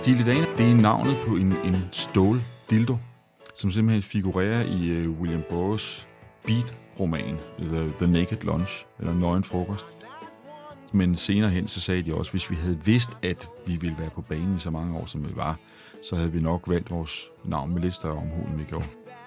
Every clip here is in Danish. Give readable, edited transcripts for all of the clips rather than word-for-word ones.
Steely Dan, det er navnet på en ståldildo, som simpelthen figurerer i William Burroughs beat-roman, The Naked Lunch, eller Nøgen Frokost. Men senere hen, så sagde de også, hvis vi havde vidst, at vi ville være på banen i så mange år, som vi var, så havde vi nok valgt vores navn med lidt større omhu, end vi gjorde.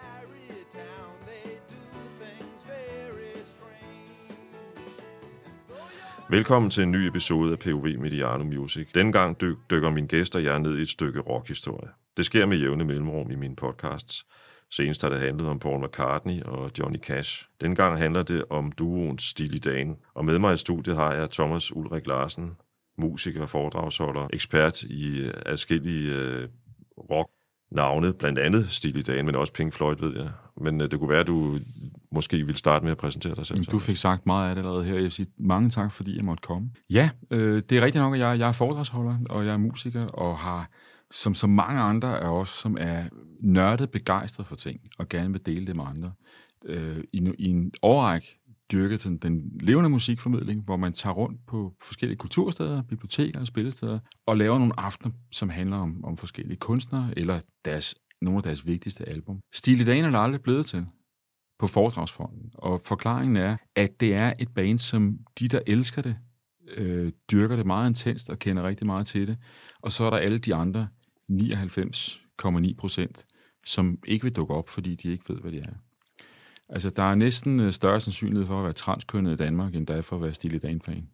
Velkommen til en ny episode af POV Mediano Music. Denne gang dykker mine gæster jeg ned i et stykke rockhistorie. Det sker med jævne mellemrum i mine podcasts. Senest har det handlet om Paul McCartney og Johnny Cash. Denne gang handler det om duoen Steely Dan. Og med mig i studiet har jeg Thomas Ulrik Larsen, musiker, foredragsholder, ekspert i adskillige rocknavne, blandt andet Steely Dan, men også Pink Floyd, ved jeg. Men det kunne være, at du måske ville starte med at præsentere dig selv. Du fik sagt meget af det allerede her. Jeg vil sige mange tak, fordi jeg måtte komme. Ja, det er rigtigt nok, at jeg er foredragsholder, og jeg er musiker, og har, som så mange andre af os, som er nørdet begejstret for ting, og gerne vil dele det med andre, i en årrække dyrket den levende musikformidling, hvor man tager rundt på forskellige kultursteder, biblioteker og spillesteder, og laver nogle aftener, som handler om forskellige kunstnere, eller nogle af deres vigtigste album. Steely Dan er der aldrig blevet til på foredragsfronten, og forklaringen er, at det er et band, som de, der elsker det, dyrker det meget intenst og kender rigtig meget til det, og så er der alle de andre 99,9%, som ikke vil dukke op, fordi de ikke ved, hvad de er. Altså, der er næsten større sandsynlighed for at være transkønnet i Danmark, end der er for at være Steely Dan-fan.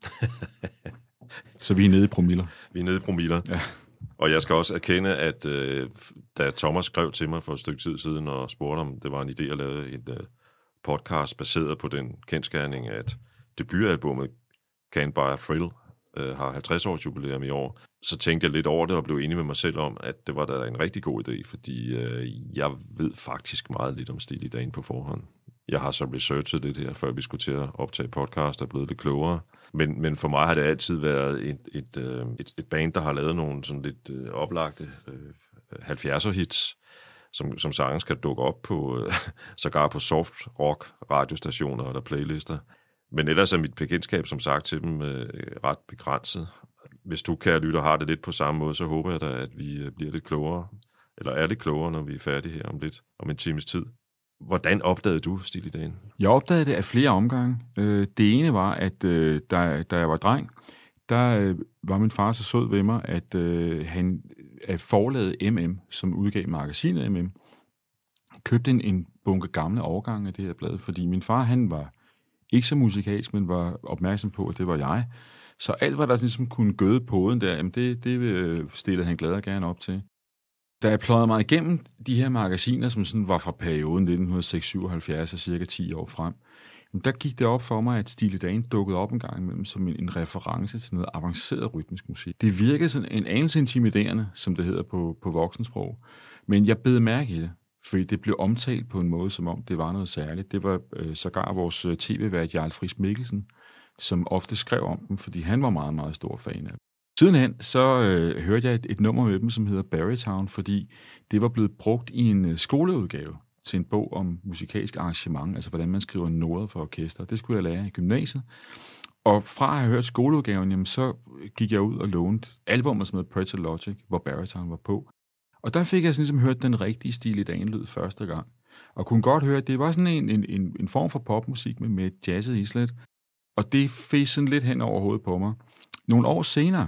Så vi er nede i promiller. Vi er nede i promiller. Ja. Og jeg skal også erkende, at da Thomas skrev til mig for et stykke tid siden og spurgte, om det var en idé at lave en podcast baseret på den kendsgerning, at debutalbummet Can't Buy a Thrill har 50 års jubilæum i år, så tænkte jeg lidt over det og blev enig med mig selv om, at det var da en rigtig god idé, fordi jeg ved faktisk meget lidt om Steely Dan på forhånd. Jeg har så researchet det her, før vi skulle til at optage podcast, og er blevet lidt klogere. Men for mig har det altid været et band, der har lavet nogle sådan lidt oplagte 70'er hits, som sange skal dukke op på, sågar på soft rock radiostationer eller playlister. Men ellers er mit bekendtskab, som sagt, til dem ret begrænset. Hvis du, kære lytter, har det lidt på samme måde, så håber jeg da, at vi bliver lidt klogere, eller er lidt klogere, når vi er færdige her om en times tid. Hvordan opdagede du Steely Dan? Jeg opdagede det af flere omgange. Det ene var, at da jeg var dreng, der var min far så sød ved mig, at han af forlaget MM, som udgav magasinet MM, købte en bunke gamle årgange af det her blad, fordi min far, han var ikke så musikalsk, men var opmærksom på, at det var jeg. Så alt, hvad der ligesom kunne gøde poden der, jamen det stillede han glad og gerne op til. Da jeg pløjede mig igennem de her magasiner, som sådan var fra perioden 1976 og cirka 10 år frem, der gik det op for mig, at Steely Dan dukkede op en gang imellem som en reference til noget avanceret rytmisk musik. Det virkede sådan en anelse intimiderende, som det hedder på voksensprog, men jeg bed mærke i det, fordi det blev omtalt på en måde, som om det var noget særligt. Det var sågar vores tv-vært Jarl Friis Mikkelsen, som ofte skrev om dem, fordi han var meget, meget stor fan af dem. Sidenhen så hørte jeg et nummer med dem, som hedder Barrytown, fordi det var blevet brugt i en skoleudgave til en bog om musikalsk arrangement, altså hvordan man skriver noder for orkester. Det skulle jeg lære i gymnasiet. Og fra at have hørt skoleudgaven, jamen, så gik jeg ud og lånte albumet, som hedder Pretty Logic, hvor Barrytown var på. Og der fik jeg sådan ligesom hørt den rigtige Steely Dan-lyd første gang. Og kunne godt høre, at det var sådan en form for popmusik med et jazzet islet. Og det fik sådan lidt hen over hovedet på mig. Nogle år senere,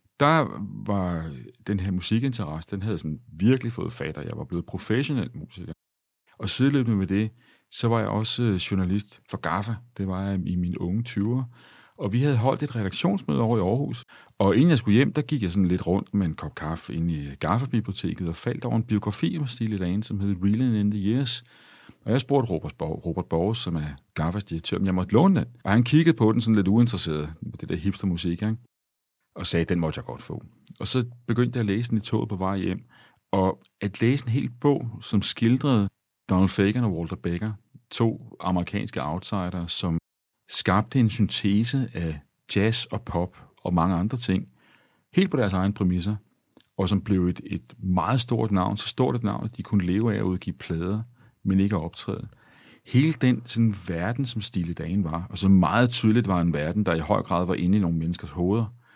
der var den her musikinteresse, den havde sådan virkelig fået fat, og jeg var blevet professionel musiker. Og sideløbende med det, så var jeg også journalist for GAFFA. Det var jeg i mine unge 20'er. Og vi havde holdt et redaktionsmøde over i Aarhus. Og inden jeg skulle hjem, der gik jeg sådan lidt rundt med en kop kaffe ind i GAFFA-biblioteket og faldt over en biografi om Steely Dan, som hed Reelin' in the Years. Og jeg spurgte Robert Borges, som er GAFFAs direktør, om jeg måtte låne den. Og han kiggede på den sådan lidt uinteresseret, det der hipstermusik, ikke? Og sagde, at den måtte jeg godt få. Og så begyndte jeg at læse den i toget på vej hjem. Og at læse en hel bog, som skildrede Donald Fagen og Walter Becker, to amerikanske outsider, som skabte en syntese af jazz og pop og mange andre ting, helt på deres egen præmisser, og som blev et meget stort navn, så stort et navn, at de kunne leve af at udgive plader, men ikke at optræde. Hele den sådan verden, som Steely Dan var, og som meget tydeligt var en verden, der i høj grad var inde i nogle menneskers hoveder,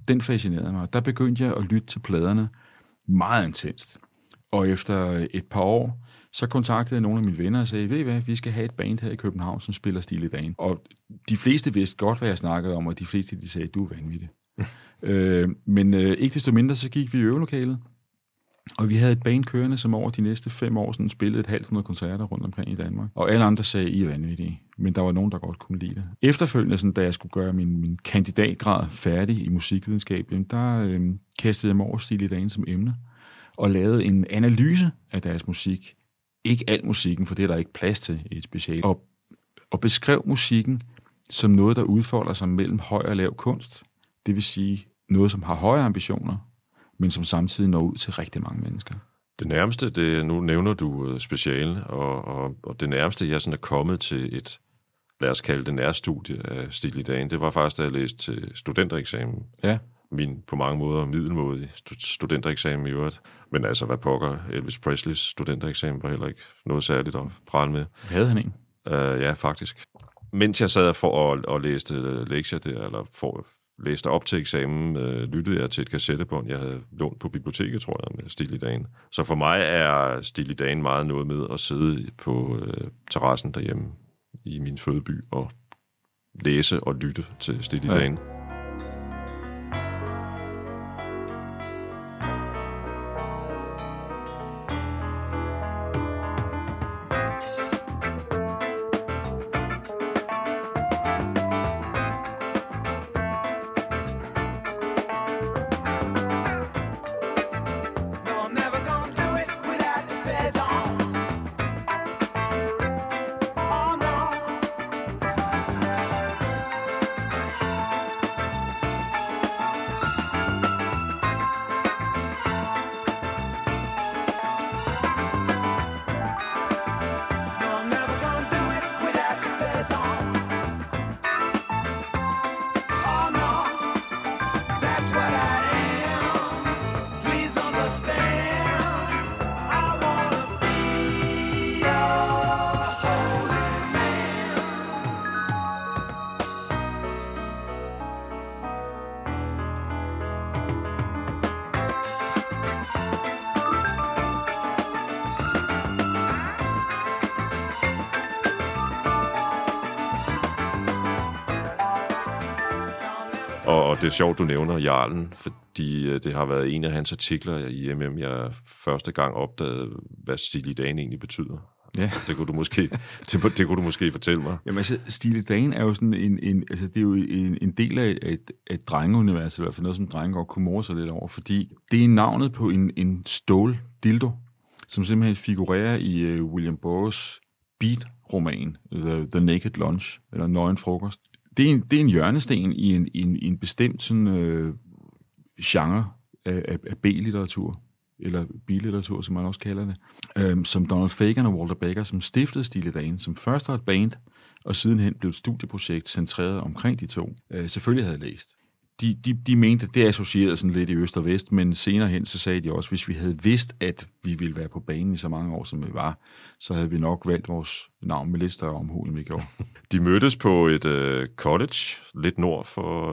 Den fascinerede mig. Der begyndte jeg at lytte til pladerne meget intenst. Og efter et par år, så kontaktede jeg nogle af mine venner og sagde, ved I hvad, vi skal have et band her i København, som spiller Steely Dan. Og de fleste vidste godt, hvad jeg snakkede om, og de fleste de sagde, du er vanvittig. Men ikke desto mindre, så gik vi i øvelokalet, og vi havde et band kørende, som over de næste 5 år sådan, spillede 100 koncerter rundt omkring i Danmark. Og alle andre sagde, I er vanvittige, men der var nogen, der godt kunne lide det. Efterfølgende, sådan, da jeg skulle gøre min kandidatgrad færdig i musikvidenskab, der kastede jeg mig over Steely Dan som emne, og lavede en analyse af deres musik. Ikke al musikken, for det er der ikke plads til i et special. Og beskrev musikken som noget, der udfolder sig mellem høj og lav kunst. Det vil sige noget, som har høje ambitioner, men som samtidig når ud til rigtig mange mennesker. Det nærmeste, nu nævner du speciale, og det nærmeste, jeg sådan er kommet til et, lad os kalde det nærstudie af Steely Dan, det var faktisk, da jeg læste til studentereksamen. Ja. Min på mange måder middelmådige studentereksamen i øvrigt. Men altså, hvad pokker, Elvis Presleys studentereksamen var heller ikke noget særligt at prale med. Havde han en? Ja, faktisk. Mens jeg sad for at læste lektier der, eller læste op til eksamen, lyttede jeg til et kassettebånd, jeg havde lånt på biblioteket, tror jeg, med Steely Dan. Så for mig er Steely Dan meget noget med at sidde på terrassen derhjemme i min fødeby og læse og lytte til Steely Dan. Og det er sjovt, du nævner Jarlen, fordi det har været en af hans artikler i MM, jeg første gang opdagede, hvad Steely Dan egentlig betyder. Ja. Det kunne du måske fortælle mig. Jamen altså, Steely Dan er jo sådan altså, det er jo en del af et drengeunivers, i hvert fald noget, som drenge godt kunne more sig lidt over, fordi det er navnet på en stål-dildo, som simpelthen figurerer i William Burroughs beat-roman, The Naked Lunch, eller Nøgen Frokost. Det er en hjørnesten i en bestemt sådan, genre af B-litteratur, eller bilitteratur, som man også kalder det, som Donald Fagen og Walter Becker, som stiftede Steely Dan, som først var et band, og sidenhen blev et studieprojekt centreret omkring de to, selvfølgelig havde læst. De mente, at det associerede sådan lidt i øst og vest, men senere hen, så sagde de også, hvis vi havde vidst, at vi ville være på banen i så mange år, som vi var, så havde vi nok valgt vores navn med lidt større omhu, end vi gjorde. De mødtes på et college, lidt nord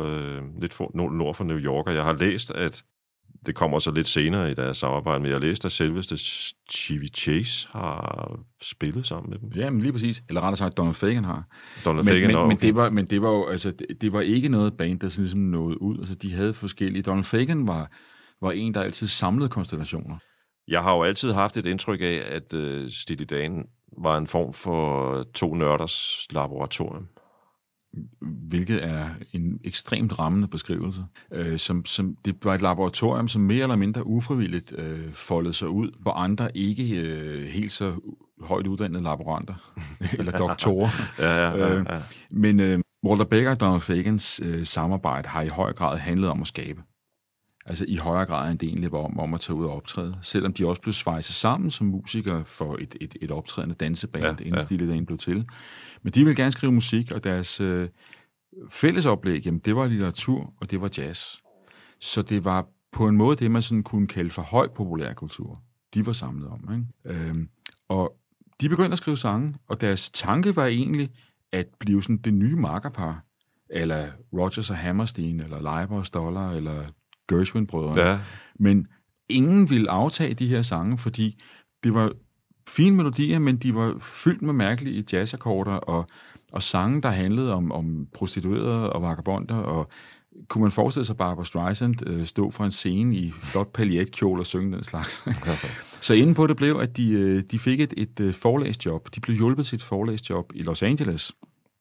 for New York, og jeg har læst, at det kommer så lidt senere i deres samarbejde, men jeg har læst, at selveste Chevy Chase har spillet sammen med dem. Ja, men lige præcis. Eller rettere sagt, Donald Fagen har. Men det var jo, altså, det var ikke noget band, der sådan ligesom nåede ud. Altså, de havde forskellige. Donald Fagen var en, der altid samlede konstellationer. Jeg har jo altid haft et indtryk af, at Steely Dan var en form for to nørders laboratorium. Hvilket er en ekstremt rammende beskrivelse. Som det var et laboratorium, som mere eller mindre ufrivilligt foldede sig ud, hvor andre ikke helt så højt uddannede laboranter eller doktorer. Ja. Men Walter Becker og Donald Fagans samarbejde har i høj grad handlet om at skabe. Altså i højere grad end det egentlig var om at tage ud og optræde. Selvom de også blev svejset sammen som musikere for et optrædende danseband, inden Steely Dan blev til. Men de ville gerne skrive musik, og deres fælles oplæg, jamen, det var litteratur, og det var jazz. Så det var på en måde det, man sådan kunne kalde for høj populærkultur. De var samlet om. Ikke? Og de begyndte at skrive sange, og deres tanke var egentlig at blive sådan det nye makkerpar eller Rodgers og Hammerstein, eller Leiber og Stoller, eller Gershwin-brødrene. Ja. Men ingen ville aftage de her sange, fordi det var fine melodier, men de var fyldt med mærkelige jazzakkorder, og sange, der handlede om prostituerede og vagabonder, og kunne man forestille sig Barbra Streisand stå for en scene i flot paljetkjole og synge den slags. Så inden på det blev, at de fik et forlagsjob. De blev hjulpet til et forlagsjob i Los Angeles,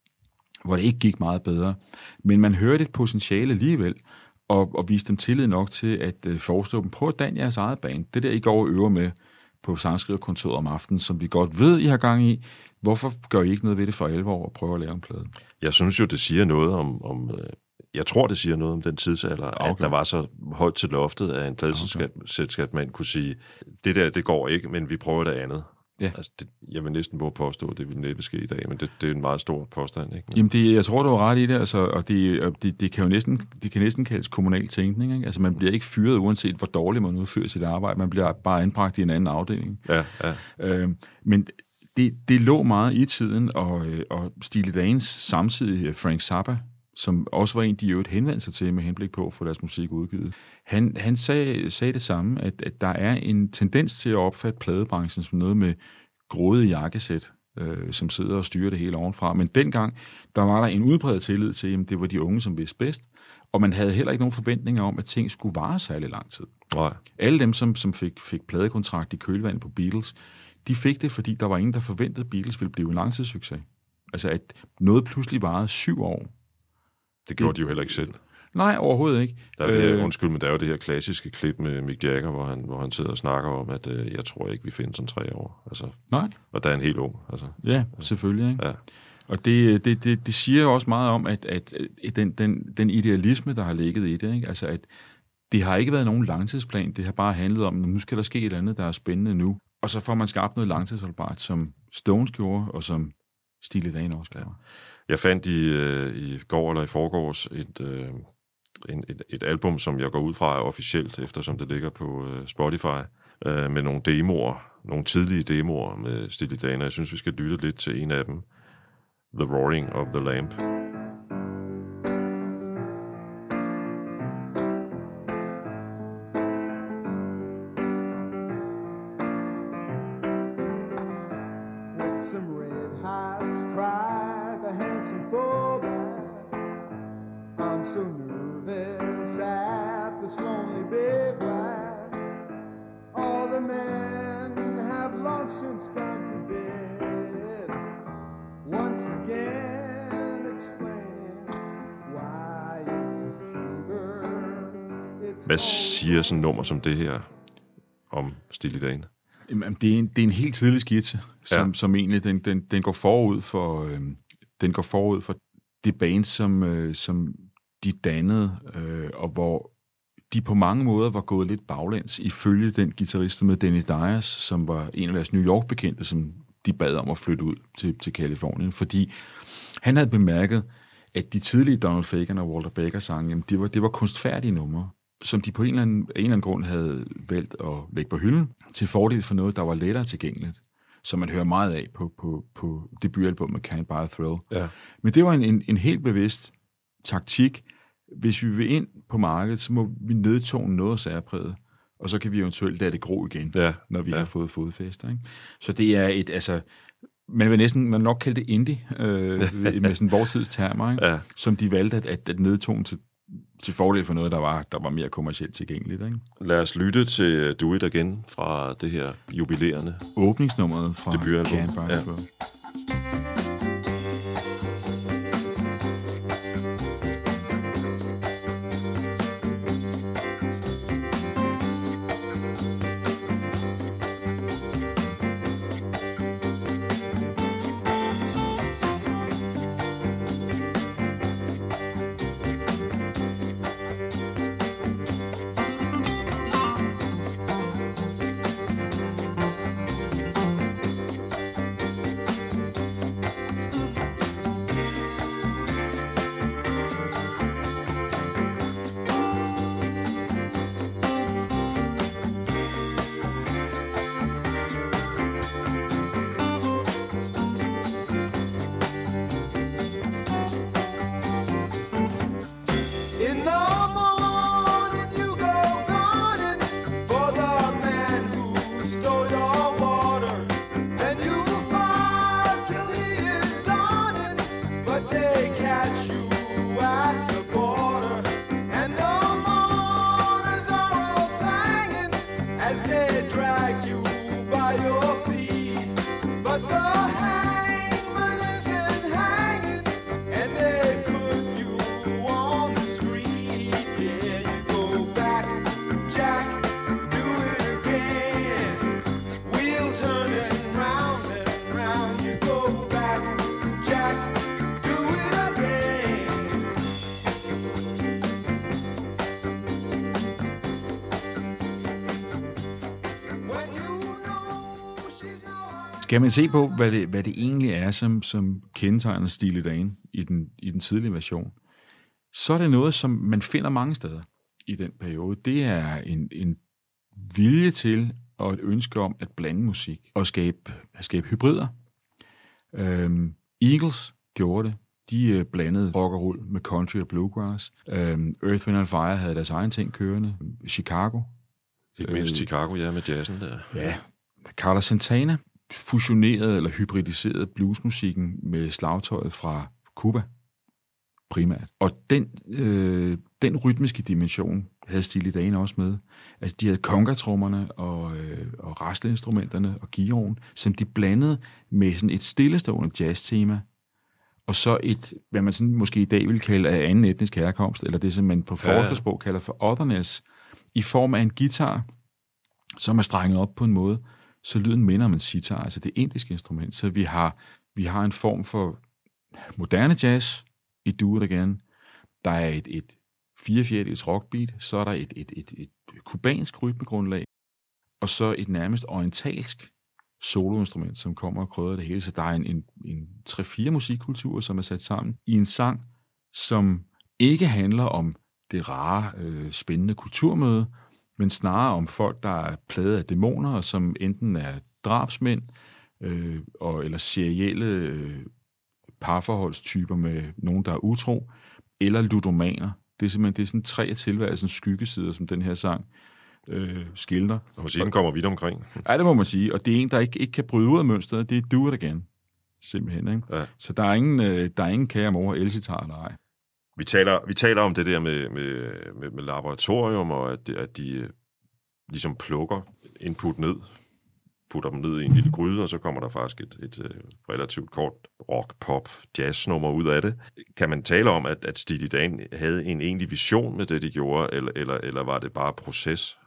hvor det ikke gik meget bedre. Men man hørte et potentiale alligevel, og viste dem tillid nok til at forestå dem. Prøv at danne jeres eget band. Det der, I går og øver med på sangskriverkontoret om aftenen, som vi godt ved, I har gang i. Hvorfor gør I ikke noget ved det for 11 år og prøver at lave en plade? Jeg synes jo, det siger noget om jeg tror, det siger noget om den tidsalder, okay. At der var så højt til loftet, at en pladeselskabsmand kunne sige, det der, det går ikke, men vi prøver det andet. Ja. Altså, jeg vil næsten våge påstå, at det vil næppe ske i dag, men det er en meget stor påstand, ikke? Jamen, jeg tror, du har ret i det, altså, og det kan jo næsten kaldes kommunal tænkning, ikke? Altså, man bliver ikke fyret, uanset hvor dårligt man udfører sit arbejde, man bliver bare anbragt i en anden afdeling. Ja. Men det lå meget i tiden, og Steely Danes samtidig Frank Zappa, som også var en, de jo henvendte sig til med henblik på at få deres musik udgivet. Han sagde det samme, at der er en tendens til at opfatte pladebranchen som noget med grådige jakkesæt, som sidder og styrer det hele ovenfra. Men dengang, der var der en udbredt tillid til, at det var de unge, som vidste bedst, og man havde heller ikke nogen forventninger om, at ting skulle vare særlig lang tid. Nej. Alle dem, som fik pladekontrakt i kølvandet på Beatles, de fik det, fordi der var ingen, der forventede, at Beatles ville blive en langtidssucces. Altså, at noget pludselig varede 7 år. Det gjorde de jo heller ikke selv. Nej, overhovedet ikke. Der er der er jo det her klassiske klip med Mick Jagger, hvor han sidder og snakker om, at jeg tror ikke, vi finder sådan 3 år. Altså, nej. Og der er en helt ung. Altså. Ja, selvfølgelig. Ikke? Ja. Og det siger jo også meget om, at den idealisme, der har ligget i det, ikke? Altså, at det har ikke været nogen langtidsplan. Det har bare handlet om, at nu skal der ske et andet, der er spændende nu. Og så får man skabt noget langtidsholdbart, som Stones gjorde, og som Steely Dan også gjorde. Jeg fandt i går eller i forgårs et album, som jeg går ud fra er officielt, eftersom det ligger på Spotify, med nogle demoer, nogle tidlige demoer med Steely Dan, og jeg synes, vi skal lytte lidt til en af dem, The Roaring of the Lamp. Some red hearts cry, the handsome fallback. I'm so nervous at this lonely bivouac. All the men have long since gone to bed. Once again explaining why in the fever it's. Hvad siger sådan et nummer som det her om Steely Dan? Det er en helt tidlig skitse, som egentlig den går forud for det band, som de dannede, og hvor de på mange måder var gået lidt baglæns, ifølge den guitarist med Denny Dias, som var en af deres New York-bekendte, som de bad om at flytte ud til Californien, fordi han havde bemærket, at de tidlige Donald Fagen og Walter Becker-sange, jamen, det var kunstfærdige numre, som de på en eller anden grund havde valgt at lægge på hylden, til fordel for noget, der var lettere tilgængeligt, som man hører meget af på debutalbummet Can't Buy a Thrill. Ja. Men det var en helt bevidst taktik. Hvis vi vil ind på markedet, så må vi nedtone noget af særpræget, og så kan vi eventuelt lade det gro igen, når vi har fået fodfæster. Ikke? Så det er man vil nok kalde det indie, med sådan vortidstermer, ikke? Ja. Som de valgte at nedtone til fordel for noget, der var mere kommercielt tilgængeligt. Ikke? Lad os lytte til Do It Again fra det her jubilerende åbningsnummeret fra debutalbum. Can't Buy a Thrill. Skal man se på, hvad det egentlig er, som kendetegner Steely Dan i den tidlige version, så er det noget, som man finder mange steder i den periode. Det er en vilje til og et ønske om at blande musik og skabe hybrider. Eagles gjorde det. De blandede rock og roll med country og bluegrass. Earth, Wind & Fire havde deres egen ting kørende. Chicago. Ikke mindst Chicago, ja, med jazzen der. Ja. Carlos Santana fusionerede eller hybridiserede bluesmusikken med slagtøjet fra Cuba primært. Og den rytmiske dimension havde Steely Dan også med. Altså, de havde conga-trommerne og rasleinstrumenterne og gyroen, som de blandede med sådan et stillestående jazztema, og så hvad man sådan måske i dag vil kalde af anden etnisk herkomst, eller det, som man på forskersprog kalder for otherness, i form af en guitar, som er strenget op på en måde, så lyden minder om en sitar, altså det indiske instrument. Så vi har en form for moderne jazz i Do It Again. Der er et 4/4 rockbeat, så er der et kubansk rytmegrundlag, og så et nærmest orientalsk soloinstrument, som kommer og krydder det hele. Så der er en 3-4 musikkulturer, som er sat sammen i en sang, som ikke handler om det rare, spændende kulturmøde, men snarere om folk, der er plaget af dæmoner, og som enten er drabsmænd, eller serielle parforholdstyper med nogen, der er utro, eller ludomaner. Det er simpelthen sådan 3 af tilværelsens skyggesider, som den her sang skildrer. Og musikken kommer vidt omkring. Ja, det må man sige. Og det er en, der ikke kan bryde ud af mønstret. Det er Do It Again. Simpelthen, ikke? Ja. Så der er ingen kære mor, elsitar eller ej. Vi taler om det der med laboratorium, og at de ligesom plukker input ned, putter dem ned i en lille gryde, og så kommer der faktisk et relativt kort rock-pop-jazz-nummer ud af det. Kan man tale om, at Steely Dan havde en egentlig vision med det, de gjorde, eller var det bare proces?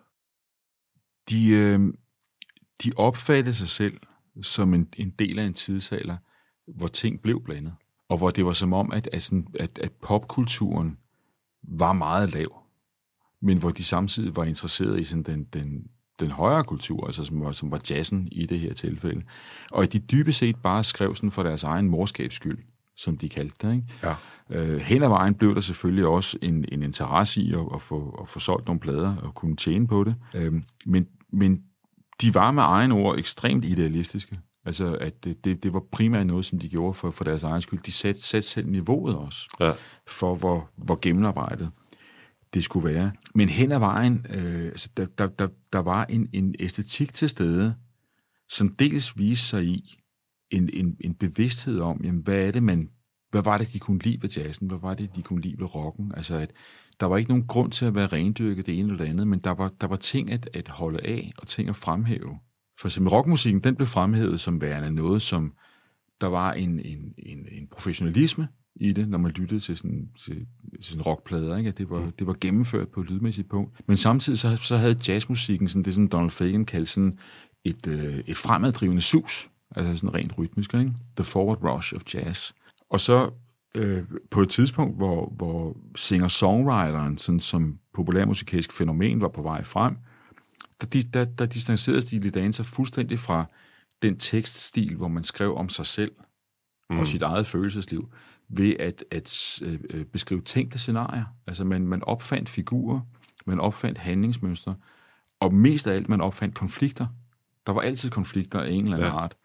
De opfattede sig selv som en del af en tidsalder, hvor ting blev blandet, og hvor det var som om, at popkulturen var meget lav, men hvor de samtidig var interesseret i sådan den højere kultur, altså som var jazzen i det her tilfælde. Og at de dybest set bare skrev sådan for deres egen morskabs skyld, som de kaldte det. Ikke? Ja. Hen ad vejen blev der selvfølgelig også en interesse i at få solgt nogle plader og kunne tjene på det. Men de var med egen ord ekstremt idealistiske. Altså, at det var primært noget, som de gjorde for deres egen skyld. De satte selv niveauet også, for hvor gennemarbejdet det skulle være. Men hen ad vejen, der var en æstetik til stede, som dels viste sig i en bevidsthed om, jamen, hvad var det, de kunne lide ved jazzen? Hvad var det, de kunne lide ved rocken? Altså, at der var ikke nogen grund til at være rendyrket det ene eller andet, men der var ting at holde af, og ting at fremhæve. For som rockmusikken, den blev fremhævet som værende noget, som der var en professionalisme i det, når man lyttede til sådan rockplader, ikke? At det var gennemført på et lydmæssigt punkt. Men samtidig så havde jazzmusikken sådan det, som Donald Fagen kaldte sådan et fremaddrivende sus, altså sådan rent rytmisk, ikke? The forward rush of jazz. Og så på et tidspunkt, hvor singer-songwriteren sådan som populærmusikalsk fænomen var på vej frem, der distancerede Steely Dan sig fuldstændig fra den tekststil, hvor man skrev om sig selv og sit eget følelsesliv, ved at beskrive tænkte scenarier. Altså man opfandt figurer, man opfandt handlingsmønstre, og mest af alt, man opfandt konflikter. Der var altid konflikter af en eller anden art,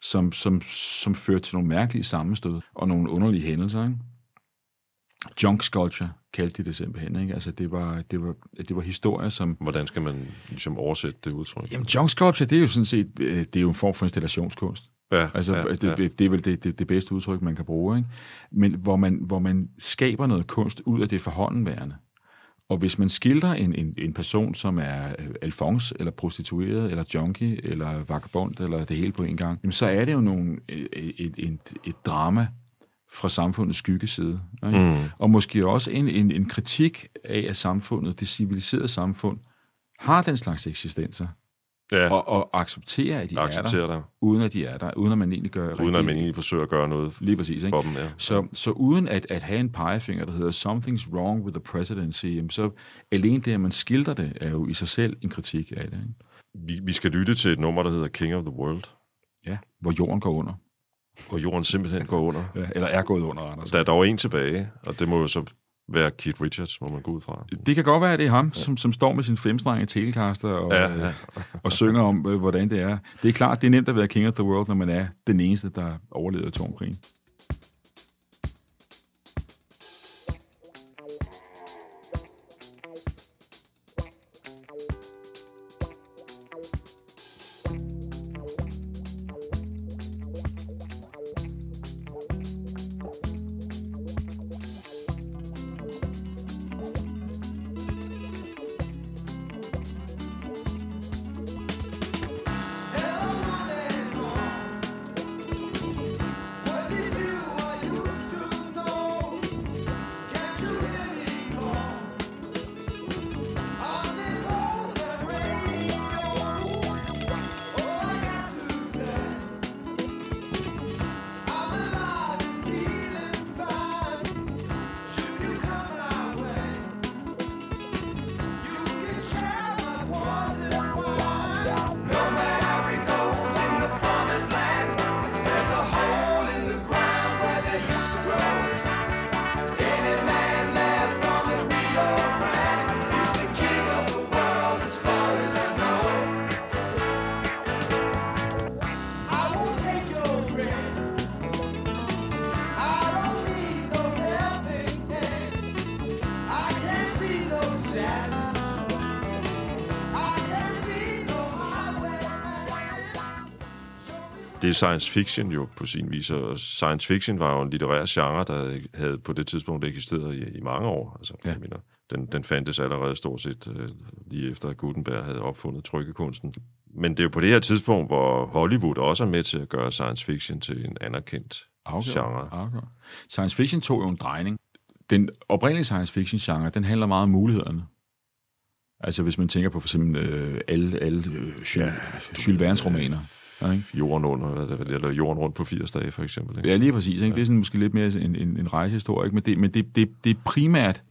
som førte til nogle mærkelige sammenstød og nogle underlige hændelser, ikke? Junk sculpture kaldte de det simpelthen, ikke? Altså det var historier, som... Hvordan skal man ligesom oversætte det udtryk? Jamen junk sculpture, det er jo sådan set det er jo en form for installationskunst. Ja, altså det er vel det bedste udtryk, man kan bruge, ikke? Men hvor man skaber noget kunst ud af det forhåndenværende. Og hvis man skildrer en person, som er alfons, eller prostitueret, eller junkie, eller vagabond, eller det hele på en gang, jamen, så er det jo et drama fra samfundets skyggeside. Og måske også en kritik af, at samfundet, det civiliserede samfund, har den slags eksistenser. Ja. Og accepterer, at de er der, uden at de er der, uden at man egentlig gør... Uden at man egentlig forsøger at gøre noget lige præcis, ikke? For dem, ja. Så uden at have en pegefinger, der hedder something's wrong with the presidency, så alene det, at man skildrer det, er jo i sig selv en kritik af det, ikke? Vi skal lytte til et nummer, der hedder King of the World. Ja, hvor jorden går under. Hvor jorden simpelthen går under. Ja, eller er gået under, Anders. Der er dog en tilbage, og det må jo så være Keith Richards, må man gå ud fra. Det kan godt være, at det er ham, som står med sin 5-strengede Telecaster og synger om, hvordan det er. Det er klart, det er nemt at være king of the world, når man er den eneste, der overlevede atomkrigen. Det er science fiction jo på sin vis, og science fiction var jo en litterær genre, der havde på det tidspunkt eksisteret i mange år. Altså, ja. Jeg mener, den fandtes allerede stort set lige efter, at Gutenberg havde opfundet trykkekunsten. Men det er jo på det her tidspunkt, hvor Hollywood også er med til at gøre science fiction til en anerkendt genre. Science fiction tog jo en drejning. Den oprindelige science fiction genre, den handler meget om mulighederne. Altså hvis man tænker på for eksempel alle Jules Verne's romaner. Ja, jorden under, eller jorden rundt på 80 dage, for eksempel. Ikke? Ja, lige præcis. Ikke? Ja. Det er sådan måske lidt mere en rejsehistorie, ikke? Men det er primært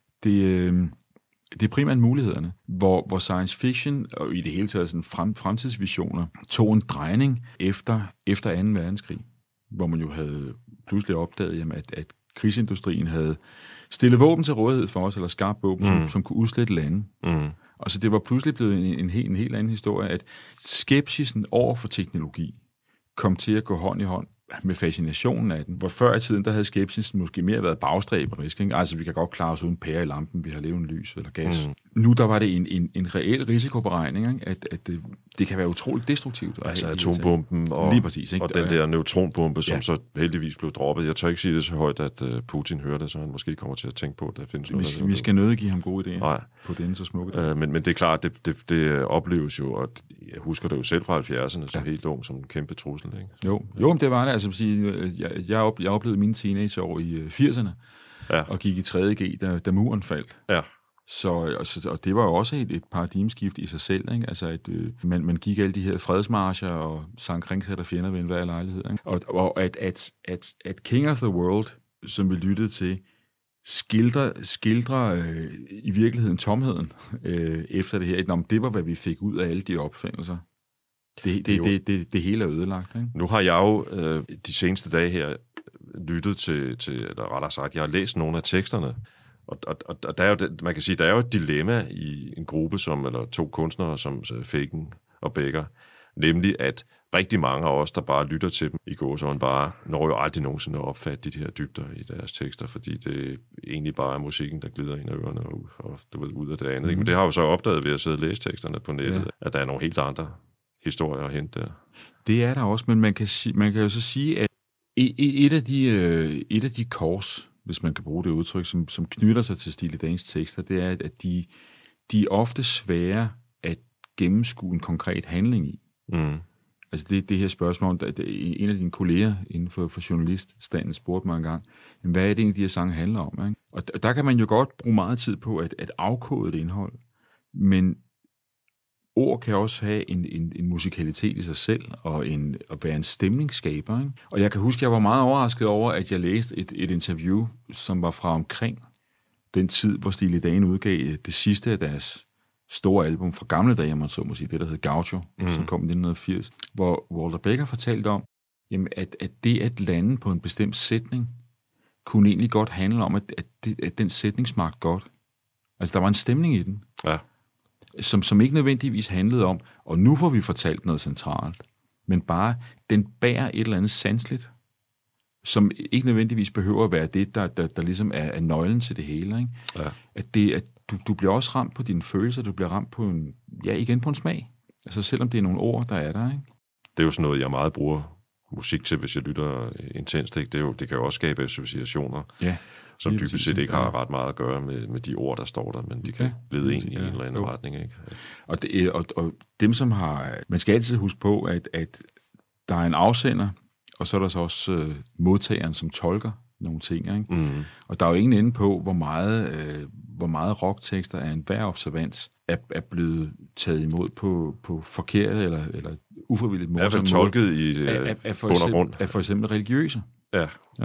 det er primært mulighederne, hvor science fiction og i det hele taget sådan fremtidsvisioner tog en drejning efter 2. verdenskrig, hvor man jo havde pludselig opdaget, jamen, at krigsindustrien havde stillet våben til rådighed for os, eller skarpt våben, som kunne udslette lande. Og så det var pludselig blevet en helt anden historie, at skepsisen over for teknologi kom til at gå hånd i hånd med fascinationen af den. Hvor før i tiden, der havde skepsisen måske mere været bagstræberisk. Ikke? Altså, vi kan godt klare os uden pære i lampen, vi har levende lys eller gas. Nu der var det en reel risikoberegning, ikke? At det kan være utroligt destruktivt. Altså atombomben og, lige præcis, ikke? Og den der neutronbombe, som så heldigvis blev droppet. Jeg tør ikke sige det så højt, at Putin hører det, så han måske kommer til at tænke på, at der findes noget. Vi skal nødt give ham gode idéer på denne så smukke. Men det er klart, det opleves jo, og jeg husker det jo selv fra 70'erne, som helt ung, som en kæmpe trussel. Ikke? Jo, det var det. Altså, jeg oplevede mine teenageår i 80'erne, og gik i 3.G, da muren faldt. Ja. Og det var jo også et paradigmeskift i sig selv, ikke? Altså, at man gik alle de her fredsmarcher og sang kringsætter fjender ved enhver lejlighed. Ikke? Og at King of the World, som vi lyttede til, skildrer i virkeligheden tomheden efter det her. Det var, hvad vi fik ud af alle de opfindelser. Det hele er ødelagt. Ikke? Nu har jeg jo de seneste dage her lyttet til, eller rettere sagt, jeg har læst nogle af teksterne, og der er jo det, man kan sige, der er jo et dilemma i en gruppe eller 2 kunstnere som Fagen og Becker, nemlig at rigtig mange af os, der bare lytter til dem i gåseøjne, bare når jo aldrig nogensinde at opfatte de her dybder i deres tekster, fordi det egentlig bare er musikken, der glider ind ad ørerne og ud af det andet. Men det har jo så opdaget ved at sidde og læse teksterne på nettet, at der er nogle helt andre historier at hente der. Det er der også, men man kan jo så sige, at et af de kors, hvis man kan bruge det udtryk, som knytter sig til Steely Danes tekster, det er, at de er ofte svære at gennemskue en konkret handling i. Altså det her spørgsmål, at en af dine kolleger inden for journaliststanden spurgte mig engang, hvad er det egentlig, de her sange handler om? Ikke? Og der kan man jo godt bruge meget tid på at afkode et indhold, men ord kan også have en musikalitet i sig selv, og at være en stemningsskaber. Ikke? Og jeg kan huske, at jeg var meget overrasket over, at jeg læste et interview, som var fra omkring den tid, hvor Steely Dan udgav det sidste af deres store album fra gamle dage, man så må sige, det der hed Gaucho, som kom i 1980, hvor Walter Becker fortalte om, jamen, at det at lande på en bestemt sætning, kunne egentlig godt handle om, at den sætning smagte godt. Altså, der var en stemning i den, som ikke nødvendigvis handlede om, og nu får vi fortalt noget centralt, men bare, den bærer et eller andet sanseligt, som ikke nødvendigvis behøver at være det, der ligesom er nøglen til det hele. Ikke? At du bliver også ramt på dine følelser, du bliver ramt på igen på en smag. Altså selvom det er nogle ord, der er der. Ikke? Det er jo sådan noget, jeg meget bruger musik til, hvis jeg lytter intenst. Ikke? Det kan jo også skabe associationer, som dybest set ikke har ret meget at gøre med de ord, der står der, men de kan lede ind i en eller anden retning. Ikke? Og dem, som har... Man skal altid huske på, at der er en afsender, og så er der så også modtageren, som tolker nogle ting. Ikke? Mm. Og der er jo ingen ende på, hvor meget rocktekster af enhver observans er blevet taget imod på forkert eller ufrivilligt måde. I hvert fald tolket i bund og grund. Af for eksempel religiøse. Ja.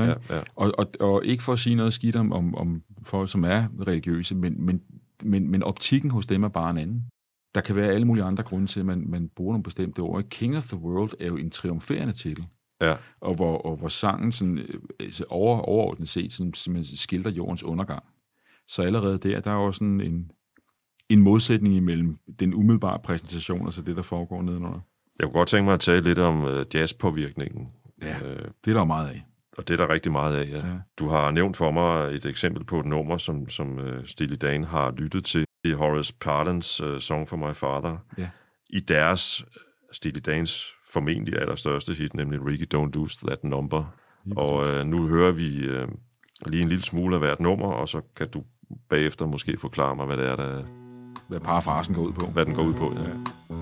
Og ikke for at sige noget skidt om folk, som er religiøse, men optikken hos dem er bare en anden. Der kan være alle mulige andre grunde til, at man bruger nogle bestemte ord. King of the World er jo en triumferende titel. Ja. Og hvor sangen sådan, overordnet set simpelthen skildrer jordens undergang. Så allerede der er jo sådan en modsætning imellem den umiddelbare præsentation og så det, der foregår nedenunder. Jeg kunne godt tænke mig at tale lidt om jazzpåvirkningen. Ja, det er der jo meget af. Og det er der rigtig meget af, ja. Du har nævnt for mig et eksempel på et nummer, som Steely Dan har lyttet til. Det er Horace Pardons Song for My Father. Ja. I deres, Steely Dans formentlig allerstørste hit, nemlig Ricky Don't Lose That Number. Og nu hører vi lige en lille smule af hvert nummer, og så kan du bagefter måske forklare mig, hvad det er, hvad parafrasen går ud på. Hvad den går ud på, ja.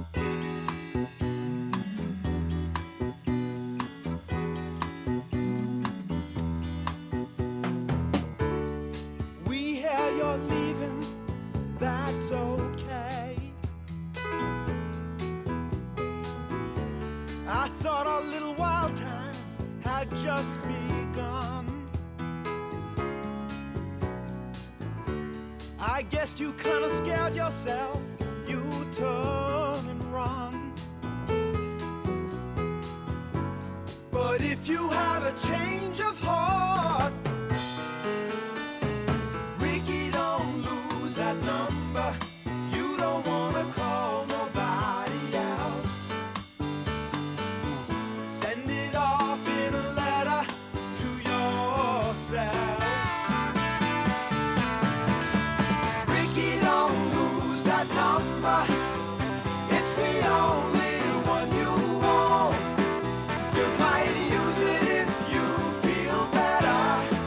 I guess you kinda scared yourself, you turn and run. But if you have a change of heart, Ricky, don't lose that number. You don't wanna call nobody else. Send it off in a letter to yourself. It's the only one you want. You might use it if you feel better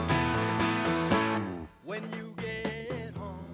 when you get home.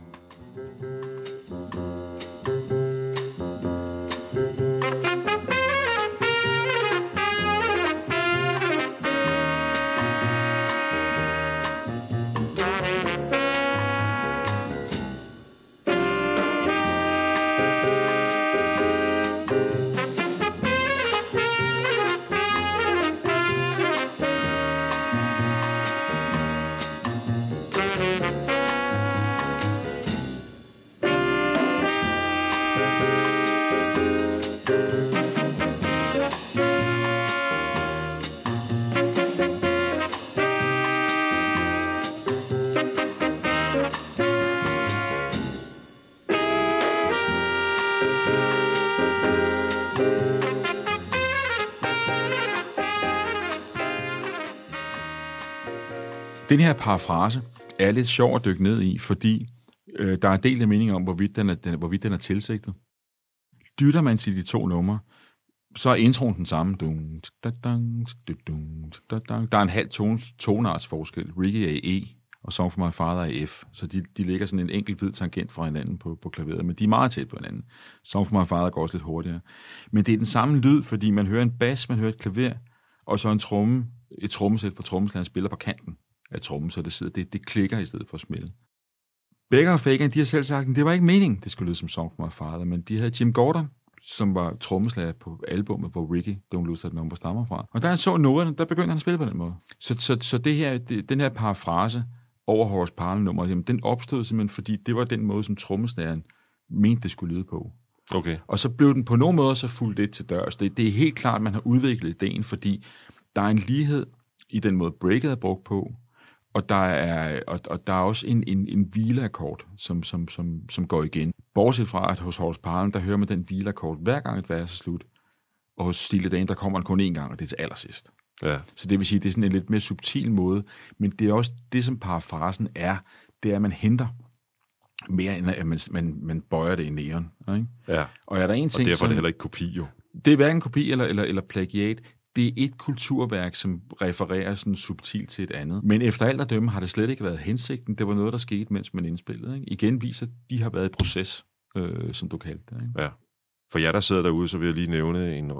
Den her parafrase er lidt sjov at dykke ned i, fordi der er delt af mening om, hvorvidt den er tilsigtet. Dytter man til de to numre, så er introen den samme. Der er en halv tonearts forskel. Ricky er i E, og Song for My Father er i F. Så de ligger sådan en enkelt hvid tangent fra hinanden på klaveret, men de er meget tæt på hinanden. Song for My Father går også lidt hurtigere. Men det er den samme lyd, fordi man hører en bas, man hører et klaver, og så et trommesæt for trommeslageren spiller på kanten af trommen, så det klikker i stedet for at smelle. Becker og Fagan, de har selv sagt, at det var ikke meningen, det skulle lyde som Song for My Father, men de havde Jim Gordon, som var trommeslager på albumet, hvor Ricky Don't Lose That Number stammer fra. Og da han så noterne, der begyndte han at spille på den måde. Så den her parafrase over Horace Parlan-nummer, den opstod simpelthen, fordi det var den måde, som trommeslageren mente, det skulle lyde på. Okay. Og så blev den på nogen måde så fuldt lidt til dørs. Det er helt klart, at man har udviklet ideen, fordi der er en lighed i den måde, breaket er brugt på, og der er også en hvileakkord, som går igen. Bortset fra, at hos Horace Parlan, der hører man den hvileakkord hver gang et vers er slut, og hos Steely Dan, der kommer den kun én gang, og det er til allersidst. Ja. Så det vil sige, at det er sådan en lidt mere subtil måde, men det er også det, som parafrasen er, det er, at man henter mere, end at man bøjer det i neon. Ikke? Ja. Og er der en ting, og derfor er det heller ikke kopi, jo. Det er hverken kopi eller plagiat. Det er et kulturværk, som refererer sådan subtilt til et andet. Men efter alt at dømme har det slet ikke været hensigten. Det var noget, der skete, mens man indspillede. Ikke? Igen viser, at de har været i proces, som du kaldte det. Ikke? Ja. For jer, der sidder derude, så vil jeg lige nævne en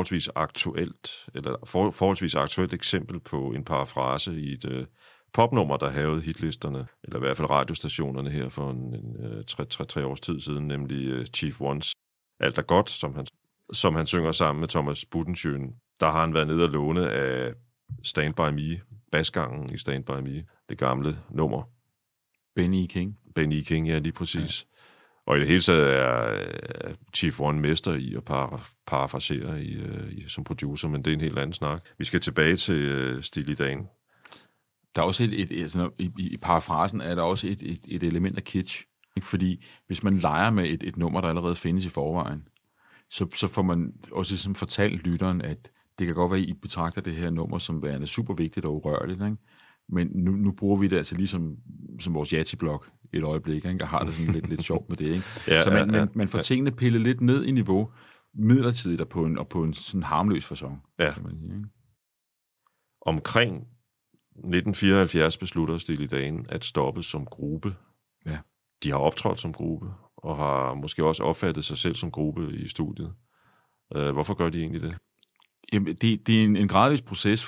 forholdsvis aktuelt eksempel på en parafrase i et popnummer, der havede hitlisterne, eller i hvert fald radiostationerne her for tre års tid siden, nemlig Chief Ones Alt er godt, som han synger sammen med Thomas Buttenschön. Der har han været nede og låne af Stand By Me, basgangen i Stand By Me, det gamle nummer. Benny Benny King, ja, lige præcis. Ja. Og i det hele taget er Chief One mester i at parafrasere som producer, men det er en helt anden snak. Vi skal tilbage til Steely Dan. Der er også i parafrasen er der også et element af kitsch. Ikke? Fordi hvis man leger med et nummer, der allerede findes i forvejen, så får man også ligesom fortalt lytteren, at det kan godt være, at I betragter det her nummer som værende super vigtigt og urørligt, ikke? Men nu bruger vi det altså ligesom som vores Yati-blok et øjeblik, ikke? Og har det sådan lidt sjovt med det. Ikke? Ja, så man får tingene pillet lidt ned i niveau, midlertidigt og på en sådan harmløs facon. Ja. Kan man sige, ikke? Omkring 1974 beslutter Steely Dan at stoppe som gruppe. Ja. De har optrådt som gruppe, og har måske også opfattet sig selv som gruppe i studiet. Hvorfor gør de egentlig det? Jamen, det er en gradvis proces,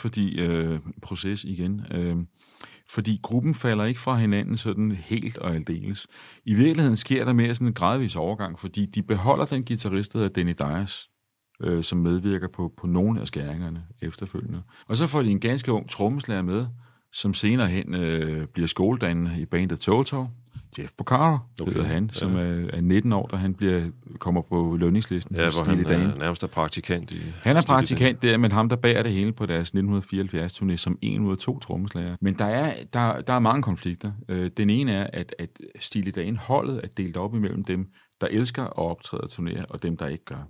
fordi gruppen falder ikke fra hinanden sådan helt og aldeles. I virkeligheden sker der mere sådan en gradvis overgang, fordi de beholder den guitarist, der hedder Denny Dias, som medvirker på nogle af skæringerne efterfølgende. Og så får de en ganske ung trommeslager med, som senere hen bliver skoledannende i bandet Toto. Jeff Porcaro hedder han, som er 19 år, da han kommer på lønningslisten. Ja, hvor han er nærmest praktikant. Han er praktikant der, men ham, der bærer det hele på deres 1974-turné som en ud af 2 trommeslagere. Men der er mange konflikter. Den ene er, at Steely Dan-holdet er delt op imellem dem, der elsker at optræde og turnere, og dem, der ikke gør.